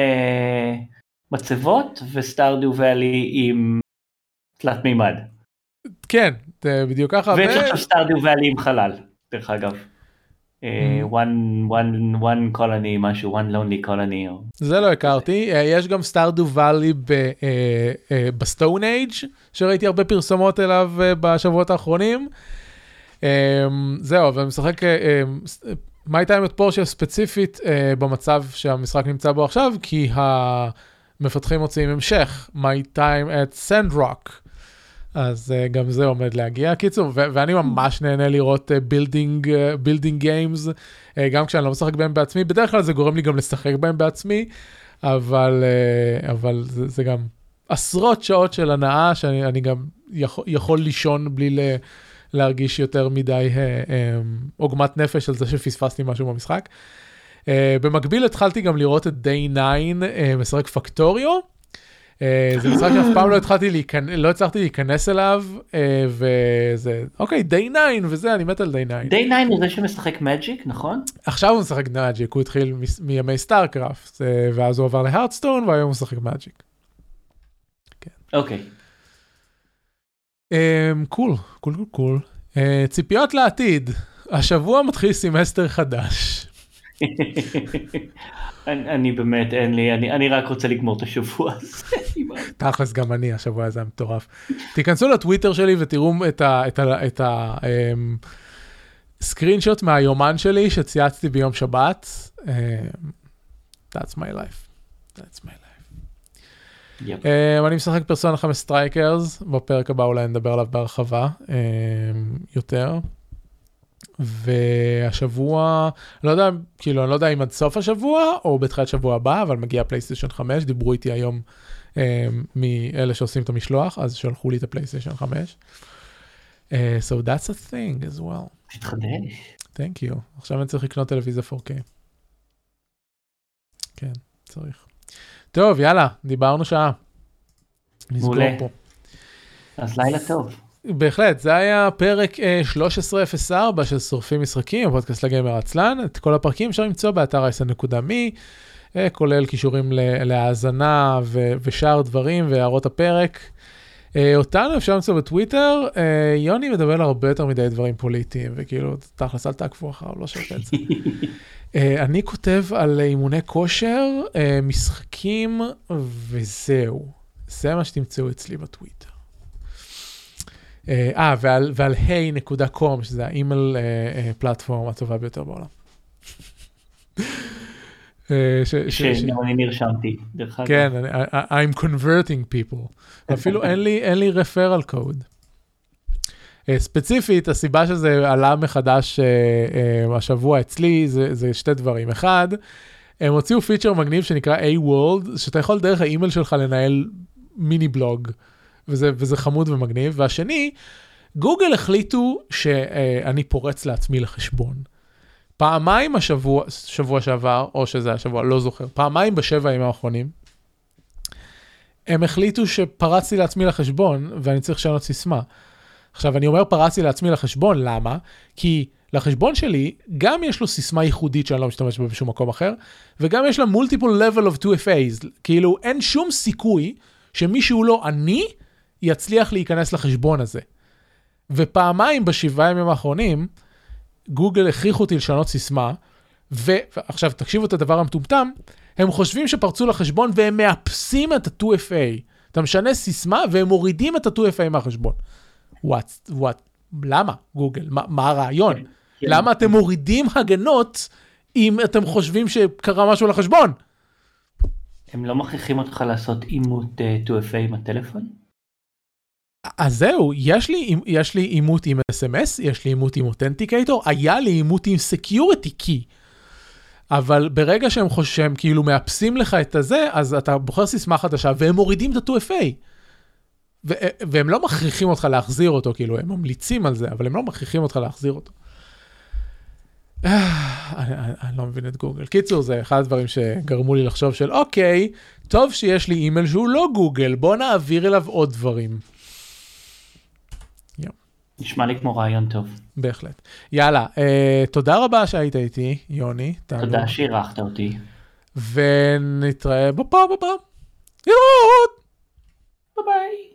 מצבות, וסטארדו ואלי עם תלת מימד. כן, בדיוק ככה. ויש עכשיו סטארדו ואלי עם חלל, דרך אגב. one, one, one colony, משהו, one lonely colony. זה לא הכרתי. יש גם סטארדו ואלי בסטון אייג' שראיתי הרבה פרסומות אליו בשבועות האחרונים. זהו, אבל משחק מיי טיים את פורשיה ספציפית במצב שהמשחק נמצא בו עכשיו, כי המפתחים מוצאים המשך, מיי טיים את סנדרוק. אז uh, גם זה עומד להגיע. קיצור, ו- ואני ממש נהנה לראות בילדינג, בילדינג גיימס, גם כשאני לא משחק בהם בעצמי, בדרך כלל זה גורם לי גם לשחק בהם בעצמי, אבל, uh, אבל זה, זה גם עשרות שעות של הנאה, שאני אני גם יכול, יכול לישון בלי ל- להרגיש יותר מדי uh, um, עוגמת נפש על זה שפספסתי משהו במשחק. Uh, במקביל התחלתי גם לראות את דיי ניין, uh, משחק פקטוריו, זה משחק שאף פעם לא התחלתי להיכנס, לא הצלחתי להיכנס אליו, וזה, אוקיי, דיי ניין, וזה, אני מת על דיי ניין. דיי ניין הוא זה שמשחק מג'יק, נכון? עכשיו הוא משחק מג'יק, הוא התחיל מימי סטארקראפט, ואז הוא עבר להרדסטון, והיום הוא משחק מג'יק. אוקיי. קול, קול, קול, קול. ציפיות לעתיד, השבוע מתחיל סמסטר חדש. אני באמת, אין לי, אני, אני רק רוצה לגמור את השבוע הזה. תכלס גם אני, השבוע הזה מטורף. תיכנסו לטוויטר שלי ותראו את ה, את ה, את ה, um, סקרינשוט מהיומן שלי שצייצתי ביום שבת. Um, that's my life. That's my life. Yep. Um, אני משחק פרסונה חמש סטרייקרס, בפרק הבא אולי נדבר עליו בהרחבה um, יותר. והשבוע, לא יודע, כאילו, אני לא יודע אם עד סוף השבוע, או בתחילת שבוע הבא, אבל מגיע פלייסטיישן חמש, דיברו איתי היום אה, מאלה שעושים את המשלוח, אז שלחו לי את הפלייסטיישן חמש. Uh, so that's a thing as well. תתחדש. Thank you. עכשיו אני צריך לקנות טלוויזיה פור קיי. כן, צריך. טוב, יאללה, דיברנו שעה. מעולה. אז לילה טוב. בהחלט, זה היה פרק שלוש עשרה אפס ארבע של שורפים משחקים, הפודקאסט לגיימר עצלן. את כל הפרקים אפשר למצוא באתר אייסן נקודה מי, כולל קישורים להאזנה ושאר דברים והערות הפרק. אותנו אפשר למצוא בטוויטר, יוני מדבר הרבה יותר מדי דברים פוליטיים, וכאילו, תכלס אל תעקבו אחר, לא שווה את זה. אני כותב על אימוני כושר, משחקים, וזהו. זה מה שתמצאו אצלי בטוויטר. אה, ועל, ועל היי נקודה קום, שזה האימייל פלטפורם הטובה ביותר בעולם. שאני נרשמתי, דרך אגב. כן, I'm converting people. אפילו אין לי, אין לי referral code. ספציפית, הסיבה שזה עלה מחדש השבוע אצלי, זה, זה שתי דברים. אחד, הם הוציאו פיצ'ר מגניב שנקרא A-World, שאתה יכול דרך האימייל שלך לנהל מיני בלוג. וזה, וזה חמוד ומגניב. והשני, גוגל החליטו שאני פורץ לעצמי לחשבון. פעמיים השבוע, שבוע שעבר, או שזה השבוע, לא זוכר, פעמיים בשבע הימים האחרונים, הם החליטו שפרצתי לעצמי לחשבון, ואני צריך לשנות סיסמה. עכשיו, אני אומר פרצתי לעצמי לחשבון, למה? כי לחשבון שלי, גם יש לו סיסמה ייחודית שאני לא משתמש בה בשום מקום אחר, וגם יש לה multiple level of two F As, כאילו אין שום סיכוי שמישהו לא אני יצליח להיכנס לחשבון הזה. ופעמיים בשבעה ימים האחרונים, גוגל הכריחו אותי לשנות סיסמה, ועכשיו תקשיבו את הדבר המטומטם, הם חושבים שפרצו לחשבון והם מאפסים את ה-two F A. אתה משנה סיסמה והם מורידים את ה-two F A מהחשבון. What? What? למה, גוגל? מה, מה הרעיון? כן, כן. למה אתם מורידים הגנות אם אתם חושבים שקרה משהו לחשבון? הם לא מכריחים אותך לעשות אימות uh, two F A עם הטלפון? אז זהו, יש לי, יש לי אימות עם S M S, יש לי אימות עם אותנטיקייטור, היה לי אימות עם Security Key. אבל ברגע שהם חושבים, כאילו מאפסים לך את הזה, אז אתה בוחר סיסמה חדשה, והם מורידים את ה-two F A. והם לא מכריחים אותך להחזיר אותו, כאילו, הם ממליצים על זה, אבל הם לא מכריחים אותך להחזיר אותו. אני לא מבין את גוגל. קיצור, זה אחד הדברים שגרמו לי לחשוב של, אוקיי, טוב שיש לי אימייל שהוא לא גוגל, בוא נעביר אליו עוד דברים. נשמע לי כמו רעיון טוב. בהחלט. יאללה, אה, תודה רבה שהיית איתי, יוני. תודה שהירחת אותי. ונתראה בפעם הבאה. יאללה! ביי ביי.